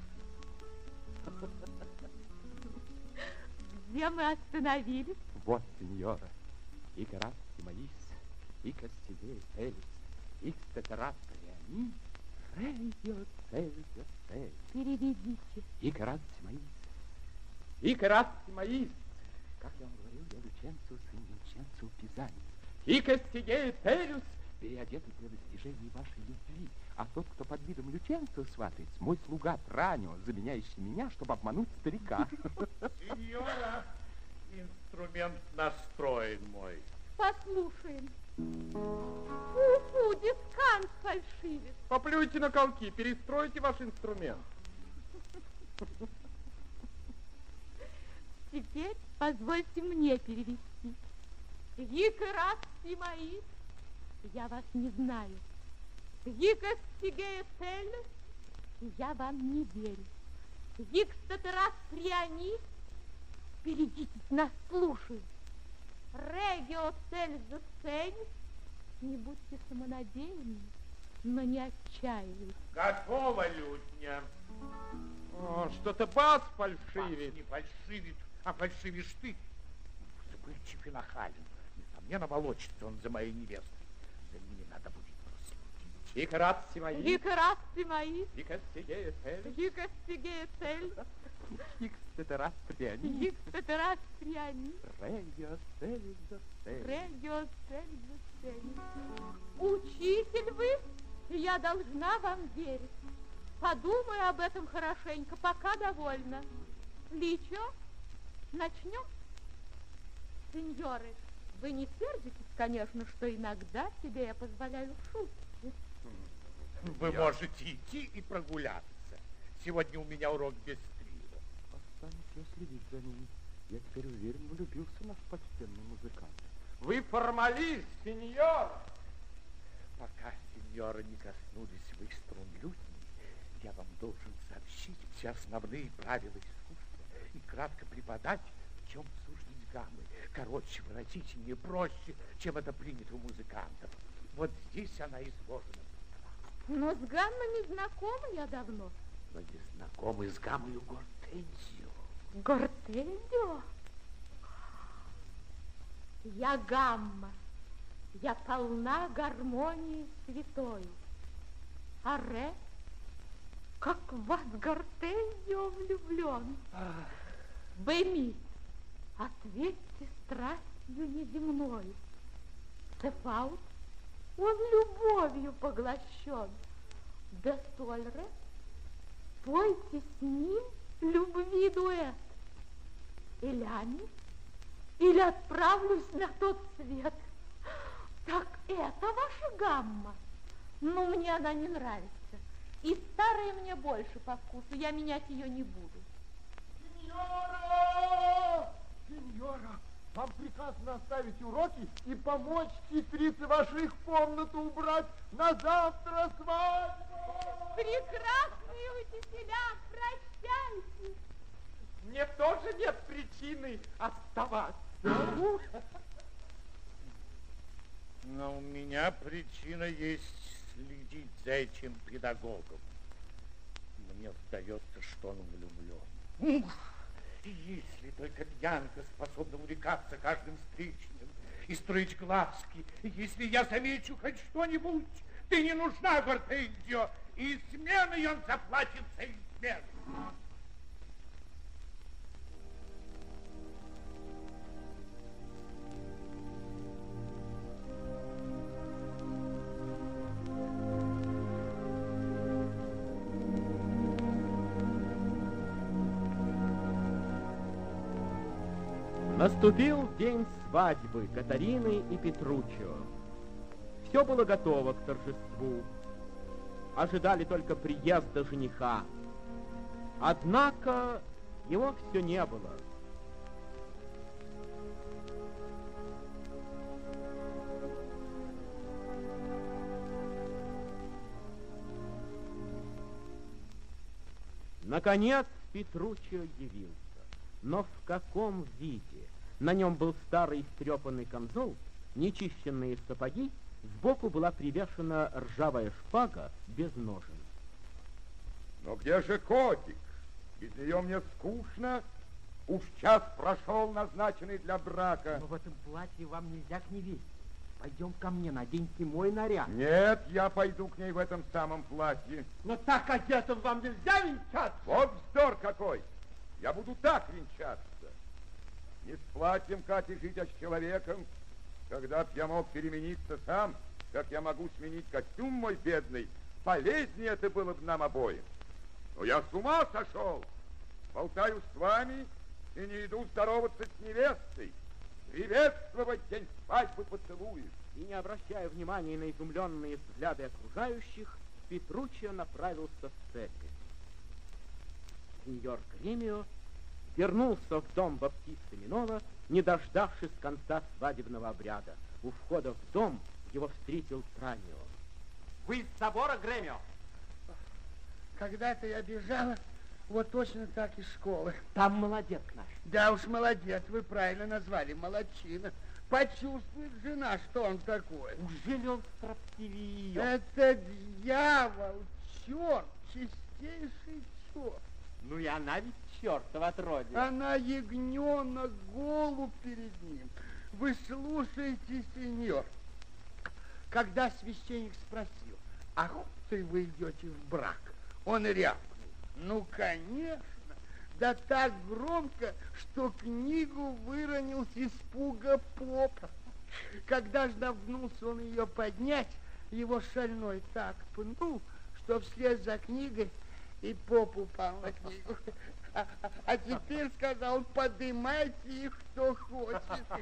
Где мы остановились? Вот, сеньора, и грации моис, и костелей элис, и стетерат реани, рейдио цель. Переведите. И грации моис, и грации моис, Как я вам говорил, я Люченцо, сын Винченцо Пизани. Хикос сигея Телюс, переодетый для достижения вашей любви. А тот, кто под видом Люченцо сватается, мой слуга Транио, заменяющий меня, чтобы обмануть старика. Сеньора, инструмент настроен мой. Послушаем. Фу-фу, дискант фальшивец. Поплюйте на колки, перестройте ваш инструмент. Теперь позвольте мне перевести. Гикерас Симаис, я вас не знаю. Гикос Сигея Телюс, я вам не верю. Гикстатерас Трианис, берегитесь, нас слушают. Регио Цельза Сценис, не будьте самонадеянны, но не отчаивайтесь. Готово, лютня. О, что-то бас фальшивит. Бас не фальшивит, а фальшивишь ты. Вспыльчив и нахален. Несомненно, волочится он за моей невестой. За ними надо будет проследить. Гикерас Симаис. Гикерас Симаис. Гикос сигея Телюс. Гикос Сигея Телюс. Гикстатерас Трианис. Гикстатерас Трианис. Регио Цельза Сценис. Регио Цельза Сценис. Учитель вы, и я должна вам верить. Подумай об этом хорошенько, пока довольна. Личо, начнем? Сеньоры, вы не сердитесь, конечно, что иногда себе я позволяю шутки. Вы можете идти и прогуляться. Сегодня у меня урок без стрела. Останусь следить за ними. Я теперь уверен, влюбился наш почтенный музыкант. Вы формалист, сеньор! Пока сеньоры не коснулись вы струн лютни, я вам должен сообщить все основные правила искусства и кратко преподать, в чем сущность гаммы. Короче, выразительнее, проще, чем это принято у музыкантов. Вот здесь она изложена. Но с гаммами знакома я давно. Но не знакомы с гаммою Гортензио. Гортензио? Я гамма. Я полна гармонии святой. А ре, как в вас Гортензио влюблен. Беми, ответьте страстью неземной. Цефаут, он любовью поглощен. Де Сольре, пойте с ним любви дуэт. Или или отправлюсь на тот свет. Так это ваша гамма? Ну, мне она не нравится. И старая мне больше по вкусу, я менять ее не буду. Сеньора! Сеньора, вам приказано оставить уроки и помочь сестрице вашу их комнату убрать на завтра свадьбу! Прекрасные учителя, прощайте! Мне тоже нет причины оставаться. Но у меня причина есть следить за этим педагогом. Мне сдается, что он влюблен. Ух, если только Бьянка способна увлекаться каждым встречным и строить глазки, если я замечу хоть что-нибудь, ты не нужна, Гортензио, и сменой он заплатит за измену. Наступил день свадьбы Катарины и Петруччио. Все было готово к торжеству. Ожидали только приезда жениха. Однако его все не было. Наконец Петруччио явился. Но в каком виде? На нем был старый истрепанный камзол, нечищенные сапоги, сбоку была привешена ржавая шпага без ножен. Но где же котик? Без нее мне скучно. Уж час прошел, назначенный для брака. Но в этом платье вам нельзя к невесте. Пойдем ко мне, наденьте мой наряд. Нет, я пойду к ней в этом самом платье. Но так одетым вам нельзя венчаться. Вот вздор какой! Я буду так венчаться. Не с платьем, Катя, жить, а с человеком. Когда б я мог перемениться сам, как я могу сменить костюм мой бедный, полезнее это было бы нам обоим. Но я с ума сошел. Болтаю с вами и не иду здороваться с невестой. Приветствовать день свадьбы поцелуев. И не обращая внимания на изумленные взгляды окружающих, Петруччио направился в церковь. Сеньор Гремио вернулся в дом баптиста Минола, не дождавшись конца свадебного обряда. У входа в дом его встретил Транио. Вы из собора, Гремио? Когда-то я бежала вот точно так из школы. Там молодец наш. Да уж, молодец, вы правильно назвали, молодчина. Почувствует жена, что он такой. Ужели он строптивее ее? Это дьявол, черт, чистейший черт. Ну и она ведь чертов отродье. Она ягненок, голубь перед ним. Вы слушаете, сеньор. Когда священник спросил, охотой вы идете в брак, он рявкнул. Ну, конечно. Да так громко, что книгу выронил с испуга поп. Когда ж нагнулся он ее поднять, его шальной так пнул, что вслед за книгой и поп упал на книгу. А теперь, сказал, подымайте их, кто хочет.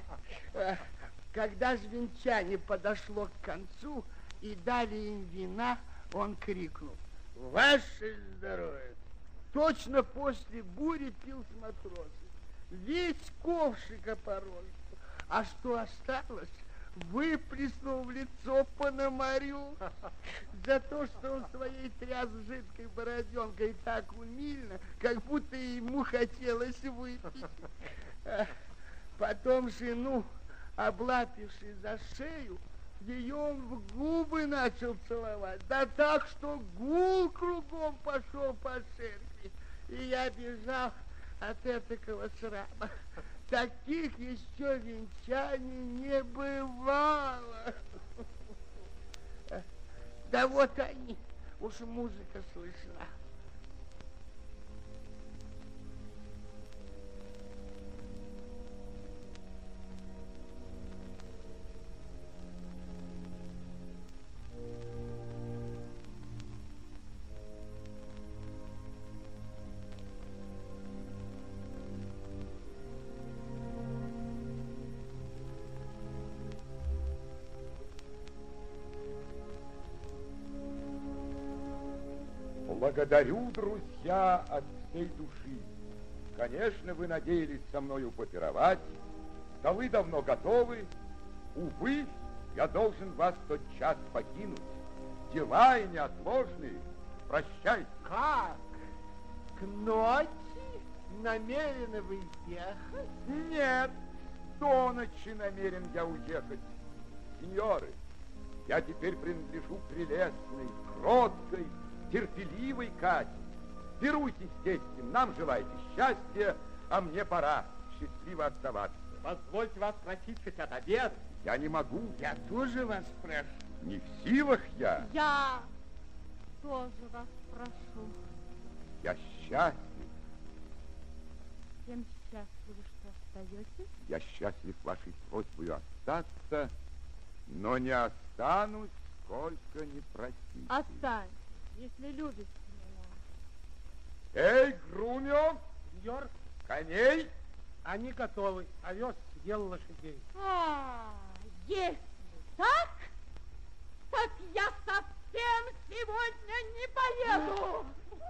Когда же венчание подошло к концу и дали им вина, он крикнул: «Ваше здоровье!» Точно после бури пил с матросами. Весь ковшик опорожен. А что осталось, выплеснул в лицо Пономарю за то, что он своей тряс жидкой бороденкой так умильно, как будто ему хотелось выпить. Потом жену, облапивший за шею, ее он в губы начал целовать. Да так, что гул кругом пошел по церкви. И я бежал от этакого срама. Таких еще венчаний не бывало. Да вот они, уж музыка слышна. Благодарю, друзья, от всей души. Конечно, вы надеялись со мною попировать. Столы давно готовы. Увы, я должен вас тот час покинуть. Дела и неотложные. Прощайте. Как? К ночи намерены вы ехать? Нет, до ночи намерен я уехать. Сеньоры, я теперь принадлежу прелестной, кроткой, терпеливой Кате. Пируйте с тестем, нам желаете счастья, а мне пора счастливо оставаться. Позвольте вас спросить хоть от обеда. Я не могу. Я тоже вас прошу. Не в силах я. Я тоже вас прошу. Я счастлив. Всем счастливы, что остаетесь? Я счастлив вашей просьбой остаться, но не останусь, сколько не просите. Останьтесь, если любите меня. Эй, Грумио! Сеньор, Коней! они готовы. Овес съел лошадей. Если так, так я совсем сегодня не поеду.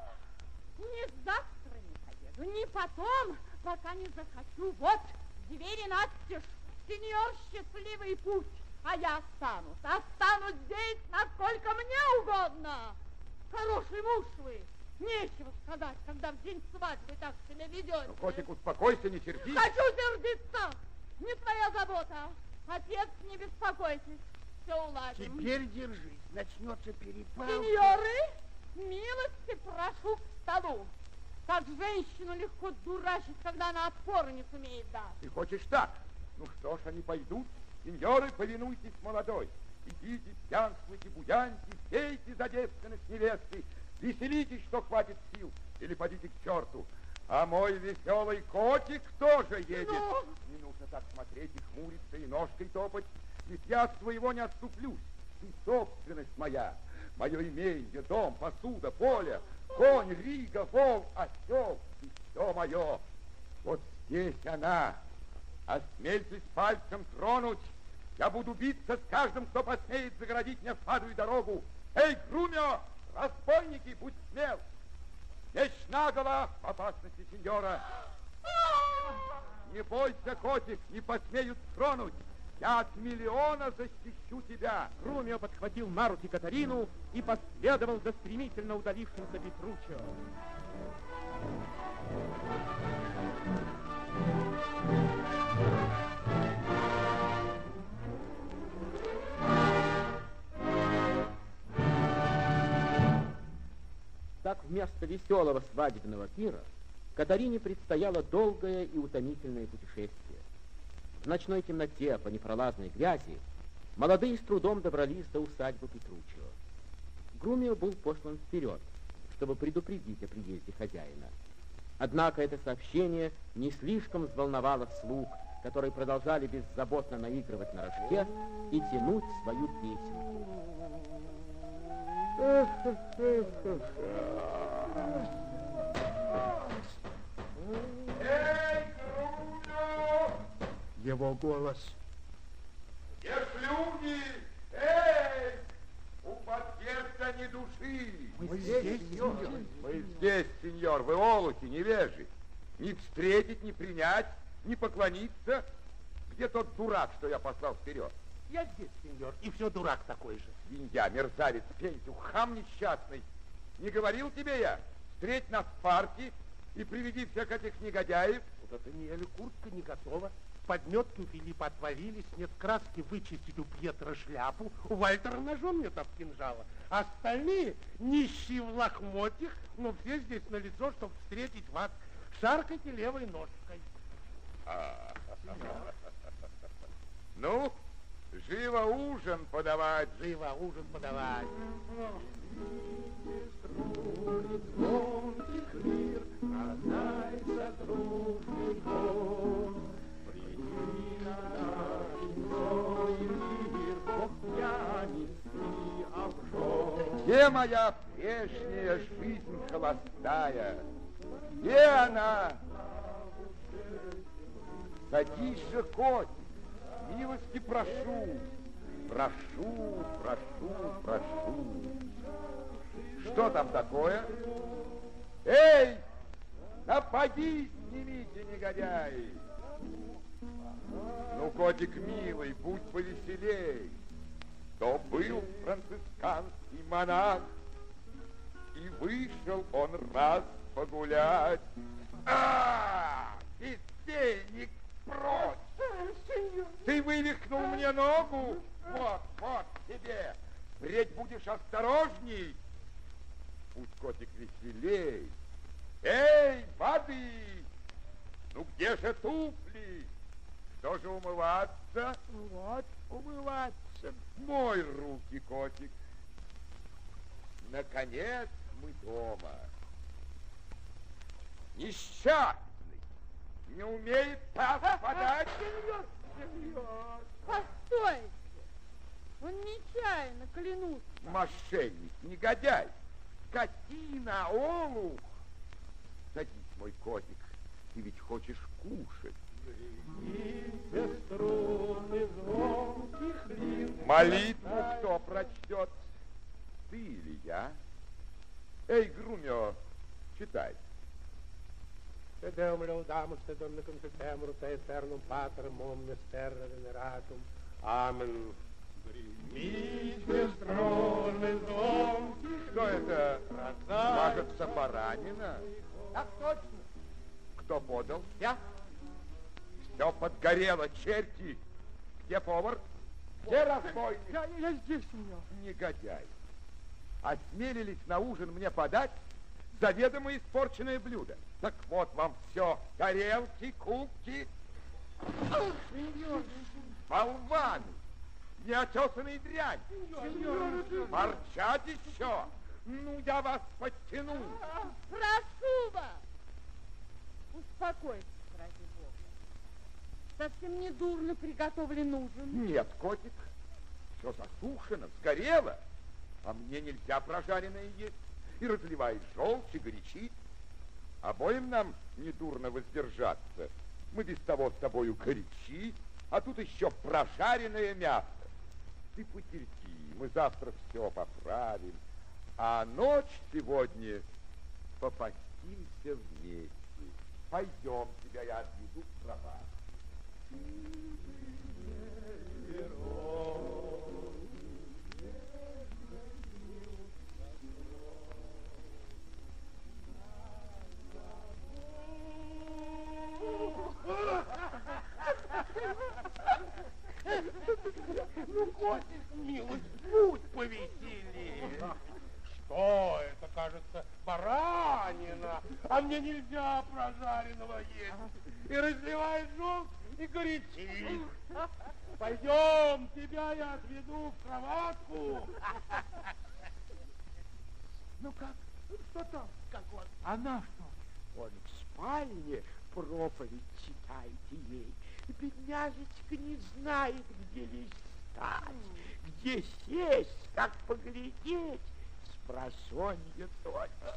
Ни завтра не поеду, ни потом, пока не захочу. Вот двери настежь, сеньор, счастливый путь. А я останусь. Останусь здесь, насколько мне угодно. Хороший муж вы. Нечего сказать, когда в день свадьбы так себя ведете. Ну, котик, успокойся, не сердись. Хочу сердиться. Не твоя забота. Отец, не беспокойтесь. Все уладим. Теперь держись, начнется перепал. Сеньоры, милости прошу к столу. Как женщину легко дурачить, когда она отпора не сумеет дать. Ты хочешь так? Ну что ж, они пойдут. Сеньоры, повинуйтесь молодой. Идите, пьянствуйте, буяньте, пейте за девственность невесты. Веселитесь, что хватит сил, или подите к черту. А мой веселый котик тоже едет. Не нужно так смотреть и хмуриться, и ножкой топать. Ведь я от своего не отступлюсь. Ты собственность моя. Мое имение, дом, посуда, поле, конь, рига, вол, осел. И все мое. Вот здесь она. Осмельтесь пальцем тронуть. Я буду биться с каждым, кто посмеет загородить мне впаду и дорогу. Эй, Грумио, разбойники, будь смел. Меч наголо в опасности сеньора. Не бойся, котик, не посмеют тронуть. Я от миллиона защищу тебя. Грумио подхватил на руки Катарину и последовал за стремительно удалившимся Петруччо. Так вместо веселого свадебного пира Катарине предстояло долгое и утомительное путешествие. В ночной темноте по непролазной грязи молодые с трудом добрались до усадьбы Петруччо. Грумио был послан вперед, чтобы предупредить о приезде хозяина. Однако это сообщение не слишком взволновало слуг, которые продолжали беззаботно наигрывать на рожке и тянуть свою песенку. Эй, Грумио! Его голос. Где ж люди? Эй! У подъезда ни души. Мы здесь, сеньор. Мы здесь, сеньор. Вы олухи, невежи. Не встретить, не принять, не поклониться. Где тот дурак, что я послал вперед? Я здесь, сеньор, и все дурак такой же. Свинья, мерзавец, пентюх, хам несчастный. Не говорил тебе я? Встреть нас в парке и приведи всех этих негодяев. Вот это не куртка не готова. Подметки у Филиппа отвалились, нет краски вычистить у Пьетра шляпу, у Вальтера ножом нет об кинжала. Остальные нищие в лохмотьях, но все здесь налицо, чтобы встретить вас. Шаркайте левой ножкой. Ну, живо ужин подавать. Живо ужин подавать. Где моя прежняя жизнь холостая? Где она? Садись же, котик, милости прошу. Прошу, прошу, прошу. Что там такое? Эй, напади, снимите, негодяи. Ну, котик милый, будь повеселей. То был францисканский монах, и вышел он раз погулять. Бездельник, прочь! Ты вывихнул мне ногу? Вот, вот тебе. Впредь будешь осторожней. Будь, котик, веселей. Эй, воды! Ну где же туфли? Что же умываться? Вот, умываться. Мой руки, котик. Наконец мы дома. Несчастный. Не умеет таз подать. Постойте. Он нечаянно, клянусь. Мошенник, негодяй. Скотина, олух. Садись, мой котик. Ты ведь хочешь кушать. Молитву кто прочтет? Ты или я? Эй, Грумио, читай. Deum laudamus te Domine confitemus te aeternum Patrem omnes terra veneratum. Amen. Что это? Кажется, баранина. Так точно. Кто подал? Я. Все подгорело, черти. Где повар? Где разбойник? Я здесь, сеньор. Негодяй. Осмелились на ужин мне подать заведомо испорченное блюдо. Так вот вам все. Тарелки, кубки. Болваны. Неотесанный дрянь. Ворчать еще. Ну, я вас подтяну. Прошу вас. успокойтесь, ради бога. Совсем не дурно приготовлен ужин. Нет, котик, все засушено, сгорело, а мне нельзя прожаренное есть. И разливает желчь, и горячит. Обоим нам недурно воздержаться. Мы без того с тобою горячи, а тут еще прожаренное мясо. Ты потерпи, мы завтра все поправим, а ночь сегодня попастимся вместе. Пойдем, тебя я отведу в кровать. Ну, котик, милость, будь повеселее. Что это, кажется, баранина, а мне нельзя прожаренного есть. И разливает желчь, и горячит. Пойдем, тебя я отведу в кроватку. Ну как? Что там? Как он? Она что? Он в спальне проповедь читайте ей. Бедняжечка не знает, где листать, где сесть, как поглядеть. Спросонья точно.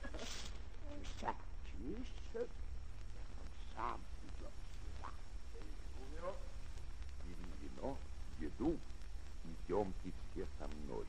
Садись, он сам идет сюда. Бери вино, еду, идемте все со мной.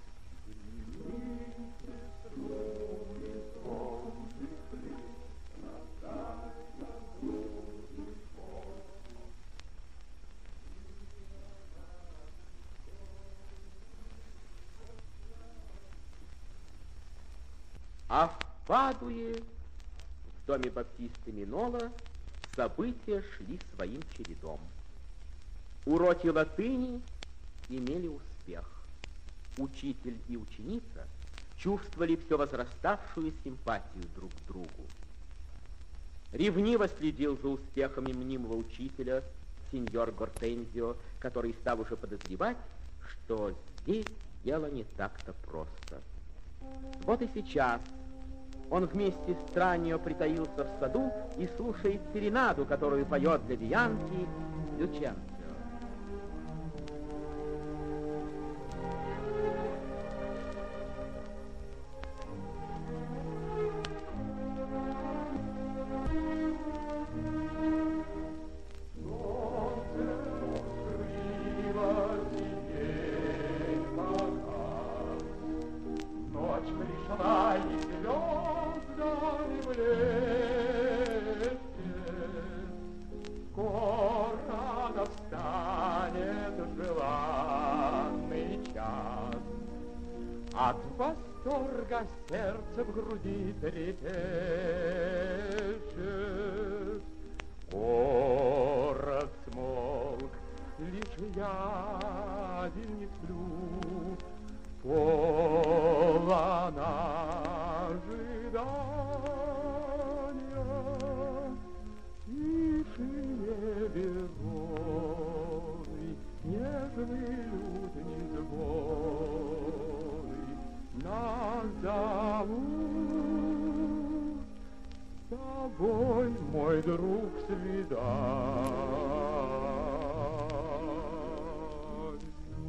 А в Падуе, в доме баптиста Минола, события шли своим чередом. Уроки латыни имели успех. Учитель и ученица чувствовали все возраставшую симпатию друг к другу. Ревниво следил за успехами мнимого учителя сеньор Гортензио, который стал уже подозревать, что здесь дело не так-то просто. Вот и сейчас он вместе с Транио притаился в саду и слушает серенаду, которую поет для Бианки Люченцио. От восторга сердце в груди трепещет. Город смолк, лишь я один не сплю, полон ожидания. Тишине безводной, нежный лютный звон нас зовут с тобой, мой друг, свидать.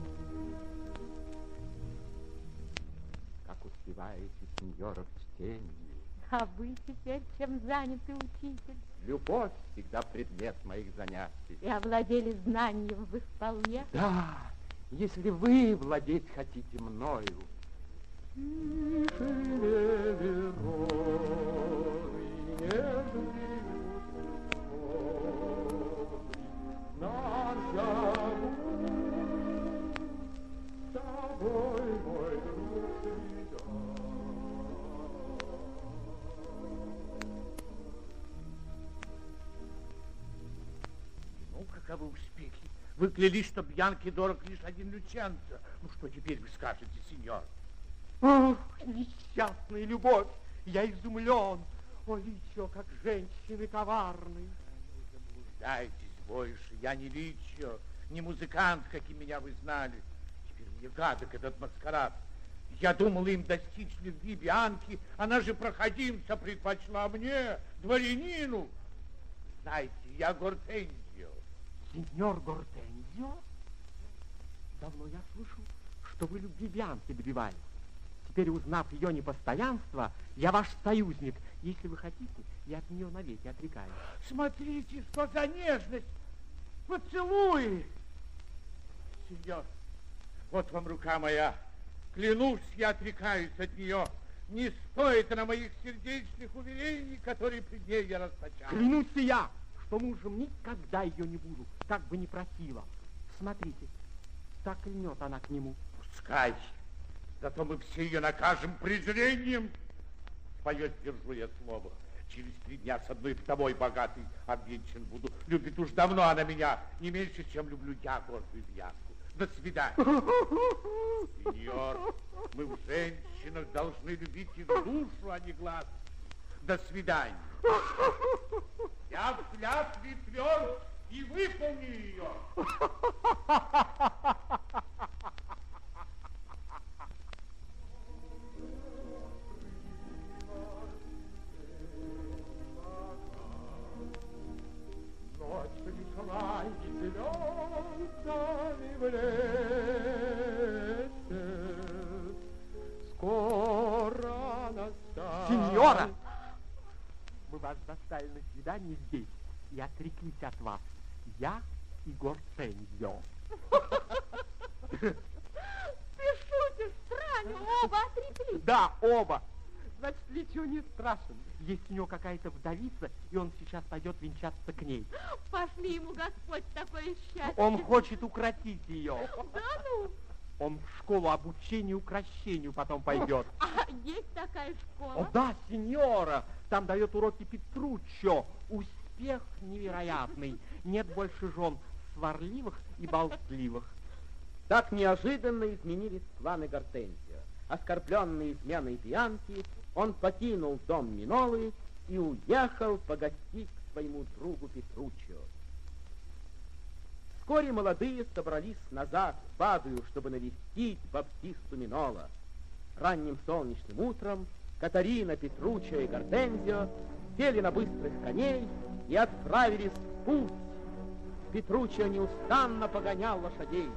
Как успеваете, сеньора, в чтении? А вы теперь чем заняты, учитель? Любовь всегда предмет моих занятий. И овладели знанием вы вполне? Да, если вы владеть хотите мною. Тишине верой, нежный любовь, нас зовут с тобой, мой друг, свидать. Ну, каковы успехи? Вы клялись, что Бьянке дорог лишь один Люченцо. Ну, что теперь вы скажете, сеньор? Ах, несчастная любовь, я изумлен. О, Личио, как женщины коварны. Не заблуждайтесь больше, я не Личио, не музыкант, каким меня вы знали. Теперь мне гадок этот маскарад. Я думал им достичь любви Бианки, она же проходимца предпочла мне, дворянину. знаете, я Гортензио. Сеньор Гортензио? Давно я слышал, что вы любви Бианки добивались. Теперь, узнав ее непостоянство, я ваш союзник. Если вы хотите, я от нее навеки отрекаюсь. Смотрите, что за нежность! Поцелуй! Сеньор, вот вам рука моя. Клянусь, я отрекаюсь от нее. Не стоит она моих сердечных уверений, которые при ней я расточал. Клянусь и я, что мужем никогда ее не буду, как бы ни просила. Смотрите, так льнет она к нему. Пускай. Зато мы все ее накажем презрением. Свое сдержу я слово. Через 3 дня с одной вдовой богатой обвенчан буду. Любит уж давно она меня, не меньше, чем люблю я гордую Бианку. До свидания. Сеньор, мы в женщинах должны любить их душу, а не глаз. До свидания. Я в клятве тверд и выполню ее. Ночь пришла и звездами блещет. Скоро настанет. Сеньора! Мы вас застали на свидании здесь и отреклись от вас. Я и Гортензио. Ты шутишь, странно, оба отреклись. Да, оба. Значит, ничего не страшен. Есть у него какая-то вдовица, и он сейчас пойдет венчаться к ней. Пошли ему Господь такое счастье. Он хочет укротить ее. Да ну? Он в школу обучения укрощению потом пойдет. А есть такая школа? О, да, сеньора. Там дает уроки Петруччо. Успех невероятный. Нет больше жен сварливых и болтливых. Так неожиданно изменились планы Гортензио. Оскорбленный изменой Бианки, он покинул дом Минолы и уехал погостить к своему другу Петруччо. Вскоре молодые собрались назад в Падую, чтобы навестить Баптисту Минола. Ранним солнечным утром Катарина, Петруччо и Гортензио сели на быстрых коней и отправились в путь. Петруччо неустанно погонял лошадей.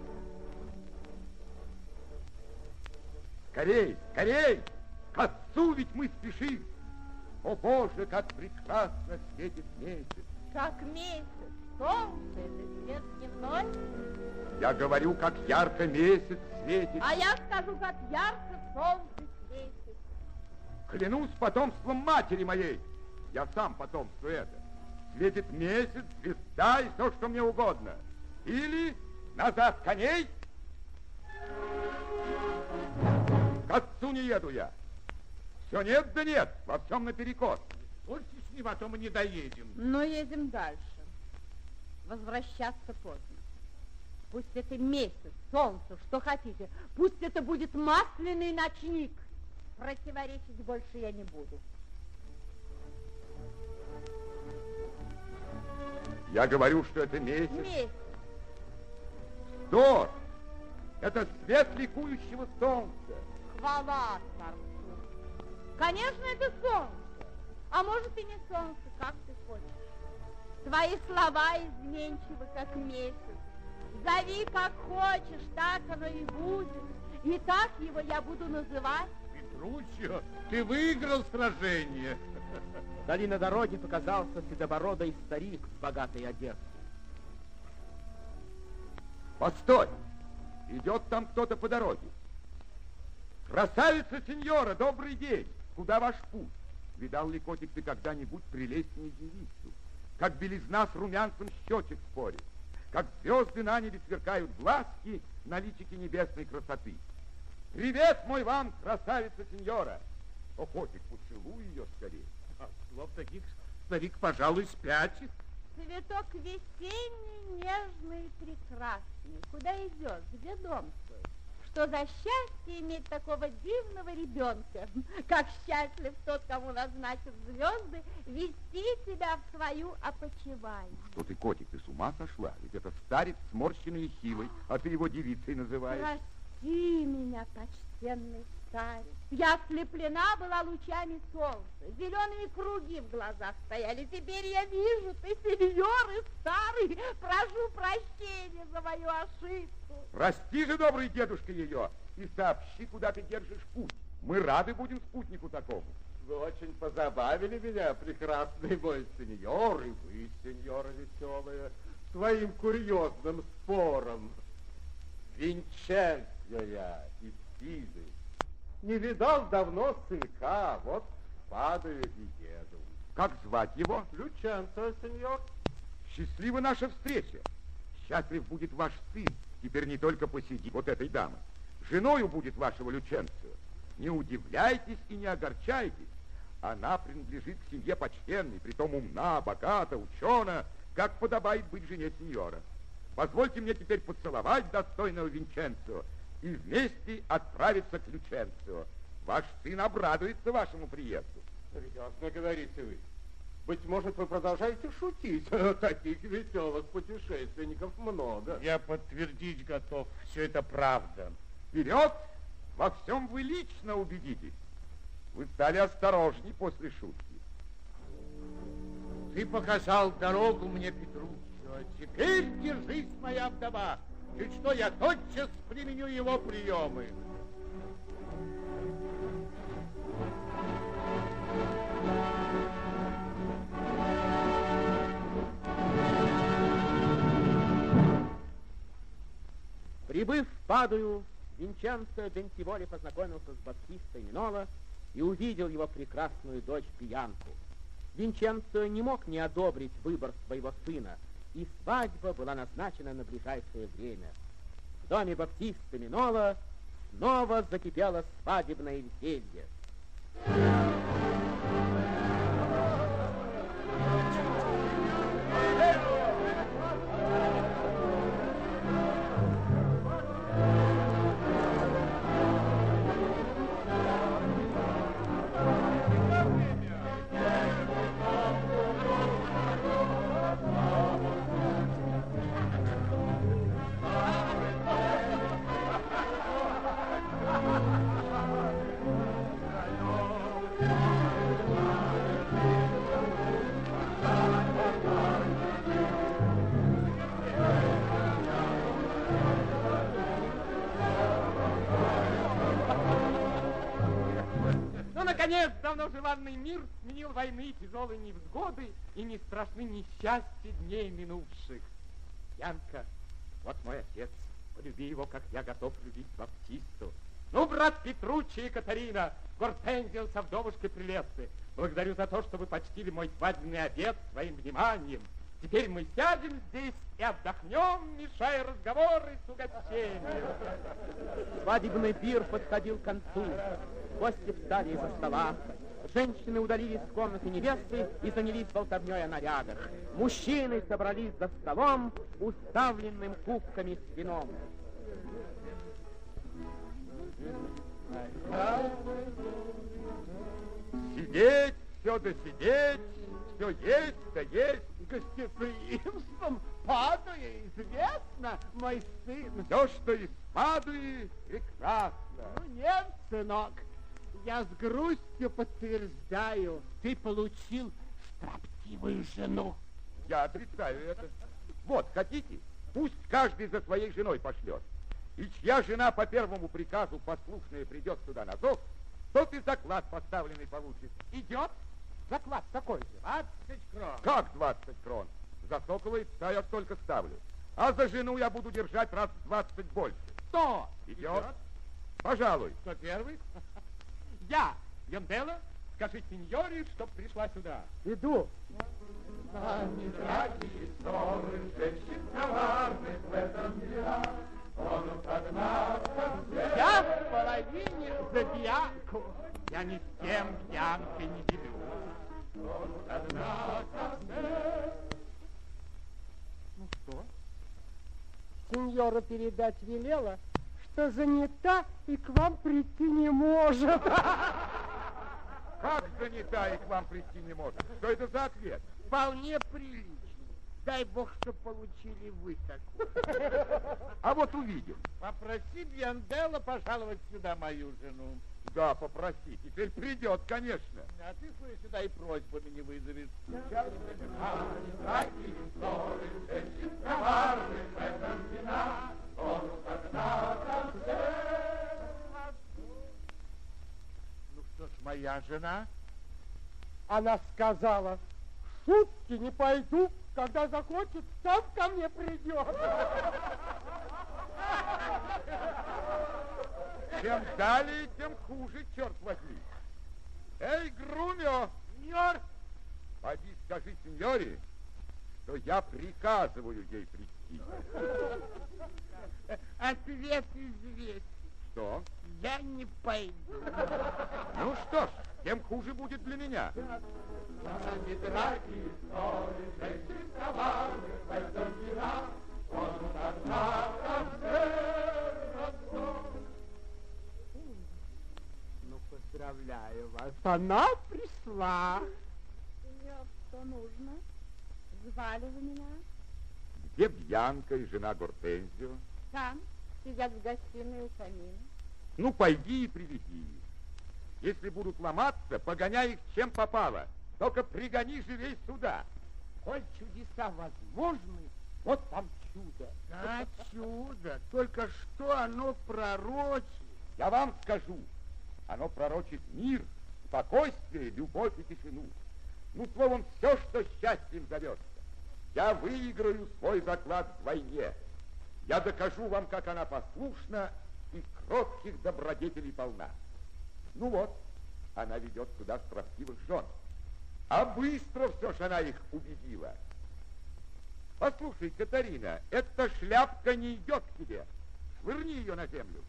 Скорей, скорей! К отцу ведь мы спешим! О, Боже, как прекрасно светит месяц! Как месяц, солнце, это свет дневной. Я говорю, как ярко месяц светит. А я скажу, как ярко солнце светит. Клянусь потомством матери моей. Я сам потомство это. Светит месяц, звезда и все, что мне угодно. Или назад коней. К отцу не еду я. Все нет да нет, во всем наперекос. Сколько с ним, а то мы не доедем. Но едем дальше. Возвращаться поздно. Пусть это месяц, солнце, что хотите. Пусть это будет масляный ночник. Противоречить больше я не буду. Я говорю, что это месяц. Месяц. Вздор! Это свет ликующего солнца. Хвала Творцу. Конечно, это солнце. А может и не солнце, как ты хочешь. Твои слова изменчивы, как месяц. Зови как хочешь, так оно и будет. И так его я буду называть. Петруччо, ты выиграл сражение. Вдали на дороге показался седобородый старик в богатой одежде. Постой! Идет там кто-то по дороге. Красавица сеньора, добрый день! Куда ваш путь? Видал ли, котик, ты когда-нибудь прелестнее девицу? Как белизна с румянцем щечек спорит, как звезды на небе сверкают глазки на личике небесной красоты. Привет мой вам, красавица сеньора! О, котик, поцелуй ее скорее. От слов таких старик, пожалуй, спятит. Цветок весенний, нежный и прекрасный. Куда идешь? Где дом твой? Что за счастье иметь такого дивного ребенка? Как счастлив тот, кому назначат звезды, вести тебя в свою опочивальню. Что ты, котик, ты с ума сошла? Ведь это старец сморщенный и хилый, а ты его девицей называешь. Прости меня, почтенный старец. шарик. Я ослеплена была лучами солнца. Зеленые круги в глазах стояли. Теперь я вижу, ты сеньор и старый. Прошу прощения за мою ошибку. Прости же, добрый дедушка, ее и сообщи, куда ты держишь путь. Мы рады будем спутнику такому. Вы очень позабавили меня, прекрасный мой сеньор, и вы, сеньора веселая, своим курьезным спором. Винченцо я из Пизы. Не видал давно сынка, вот падаю и еду. Как звать его? Люченцо, сеньор. Счастлива наша встреча. Счастлив будет ваш сын. Теперь не только посиди вот этой дамы. Женою будет вашего Люченцо. Не удивляйтесь и не огорчайтесь. Она принадлежит к семье почтенной, притом умна, богата, учена, как подобает быть жене сеньора. Позвольте мне теперь поцеловать достойного Винченцо и вместе отправиться к Люченцо. Ваш сын обрадуется вашему приезду. Серьезно говорите вы. Быть может, вы продолжаете шутить. Таких веселых путешественников много. Я подтвердить готов. Все это правда. Вперед! Во всем вы лично убедитесь. Вы стали осторожней после шутки. Ты показал дорогу мне, Петруччо. А теперь держись, моя вдова. Чуть что, я тотчас применю его приемы. Прибыв в Падую, Винченцо Бентиволи познакомился с Баптистой Минола и увидел его прекрасную дочь Пьянку. Винченцо не мог не одобрить выбор своего сына, и свадьба была назначена на ближайшее время. В доме Баптисты Минола снова закипело свадебное веселье. Наконец, давно желанный мир сменил войны, тяжелые невзгоды и не страшны несчастья дней минувших. Янка, вот мой отец, полюби его, как я готов любить Баптисту. Ну, брат Петруччо и Катарина, Гортензио со вдовушкой прелестны, благодарю за то, что вы почтили мой свадебный обед своим вниманием. Теперь мы сядем здесь и отдохнем, мешая разговоры с угощением. Свадебный пир подходил к концу. Гости встали из-за стола. Женщины удалились с комнаты невесты и занялись болтовней о нарядах. Мужчины собрались за столом, уставленным кубками с вином. Сидеть, все досидеть, все есть, да есть. Гостеприимством Падуя известно, мой сын. Все, что из Падуи, прекрасно. Ну нет, сынок, я с грустью подтверждаю, ты получил строптивую жену. Я отрицаю это. Вот, хотите? Пусть каждый за своей женой пошлет. И чья жена по первому приказу послушная придет сюда на зов, тот и заклад поставленный получит. Идет? Заклад такой же. 20 крон. Как 20 крон? За сокола и пса я столько ставлю. А за жену я буду держать раз в 20 больше. 100. Идет? Пожалуй. Кто первый? Я, Йонделла, скажи сеньоре, чтоб пришла сюда. Иду. Я в половине за Бьянку. Я ни с кем Бьянкой не делю. Ну что? Сеньора передать велела, что занята и к вам прийти не может. Как занята и к вам прийти не может? Что это за ответ? Вполне прилично. Дай бог, что получили вы такую. А вот увидим. Попроси Бьянделла пожаловать сюда мою жену. сюда попроси. Теперь придет, конечно. А ты свою сюда и просьбами не вызовешь. Ну что ж, моя жена? Она сказала, шутки не пойду, когда захочет, сам ко мне придет. Чем далее, тем хуже, черт возьми. Эй, Грумио! Сеньор! Поди скажи сеньоре, что я приказываю ей прийти. Ответ известен. Что? Я не пойду. Ну что ж, тем хуже будет для меня. Ну, поздравляю вас. Она пришла. Сеньор, что нужно? Звали вы меня? Где Бьянка и жена Гортензио? Там сидят в гостиной у камина. Ну, пойди и приведи их. Если будут ломаться, погоняй их чем попало. Только пригони живей сюда. Коль чудеса возможны, вот там чудо. Да, чудо. Только что оно пророчит. Я вам скажу, оно пророчит мир, спокойствие, любовь и тишину. Ну, словом, все, что счастьем зовется. Я выиграю свой заклад вдвойне. Я докажу вам, как она послушна и кротких добродетелей полна. Ну вот, она ведет сюда строптивых жен. А быстро все ж она их убедила. Послушай, Катарина, эта шляпка не идет к тебе. Швырни ее на землю.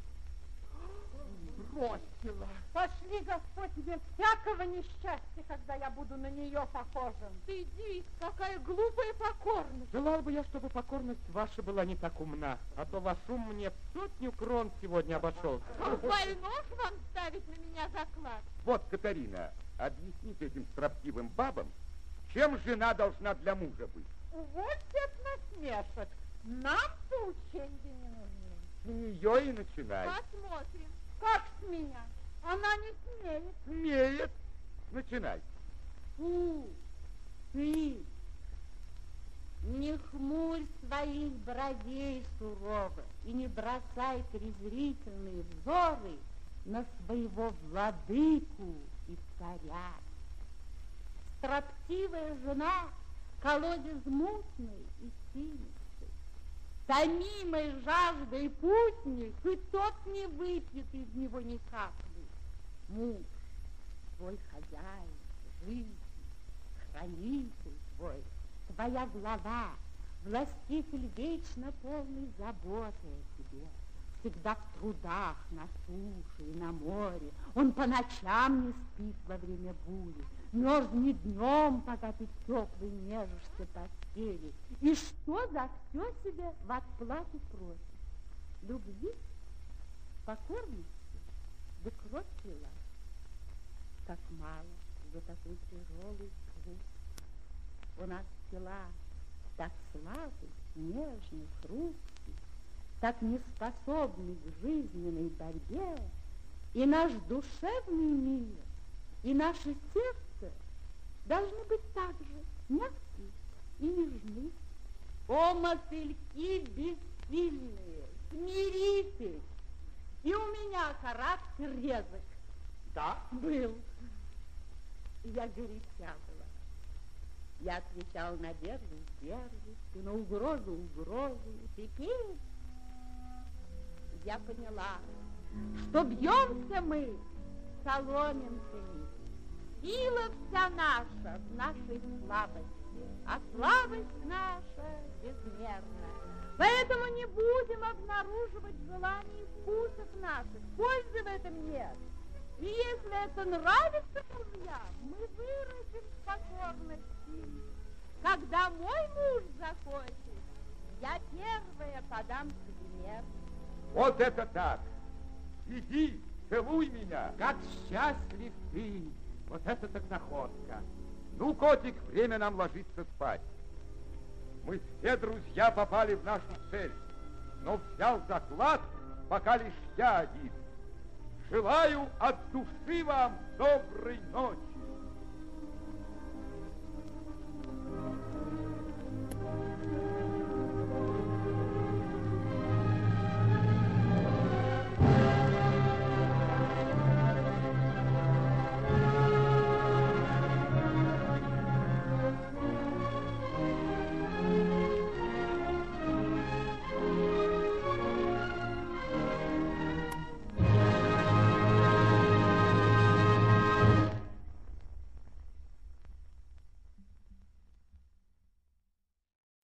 Бросила. Пошли, Господь, мне всякого несчастья, когда я буду на нее похожа. Стыдись, какая глупая покорность. Желал бы я, чтобы покорность ваша была не так умна, а то ваш ум мне в 100 крон сегодня обошелся. Больно ж вам ставить на меня заклад. Вот, Катарина, объясните этим строптивым бабам, чем жена должна для мужа быть. Увольте от насмешек. Нам поученья не нужны. С нее и начинай. Посмотрим. Как с меня? Она не смеет. Смеет. Начинай. Ты не хмурь своих бровей сурово и не бросай презрительные взоры на своего владыку и царя. Строптивая жена — колодец мутный и сильный. Томимой жаждой путник, и тот не выпьет из него ни капли. Муж, твой хозяин, жизнь, хранитель твой, твоя глава, властитель вечно полный заботы о тебе. Всегда в трудах на суше и на море. Он по ночам не спит во время бури. Мерзнет днем, пока ты теплый нежишься в постели. И что за все себе в отплату просит? Любви, покорности, да кровь пила. Как мало за такой тяжелый труд. У нас тела так слабы, нежны, хрупкие, так неспособны к жизненной борьбе, и наш душевный мир, и наше сердце должны быть так же мягкие и нежны. О, мотыльки бессильные, смиритесь! И у меня характер резок. Да? Был. Я горяча была. Я отвечал на дерзость дерзостью, на угрозу угрозу. Теперь я поняла, что бьемся мы соломинками. Сила вся наша в нашей слабости, а слабость наша безмерна. Поэтому не будем обнаруживать желаний и вкусов наших. Пользы в этом нет. И если это нравится мужьям, мы выразим покорность им. Когда мой муж захочет, я первая подам пример. Вот это так. Иди, целуй меня. Как счастлив ты! Вот это так находка. Ну, котик, время нам ложиться спать. Мы все, друзья, попали в нашу цель. Но взял заклад, пока лишь я один. Желаю от души вам доброй ночи.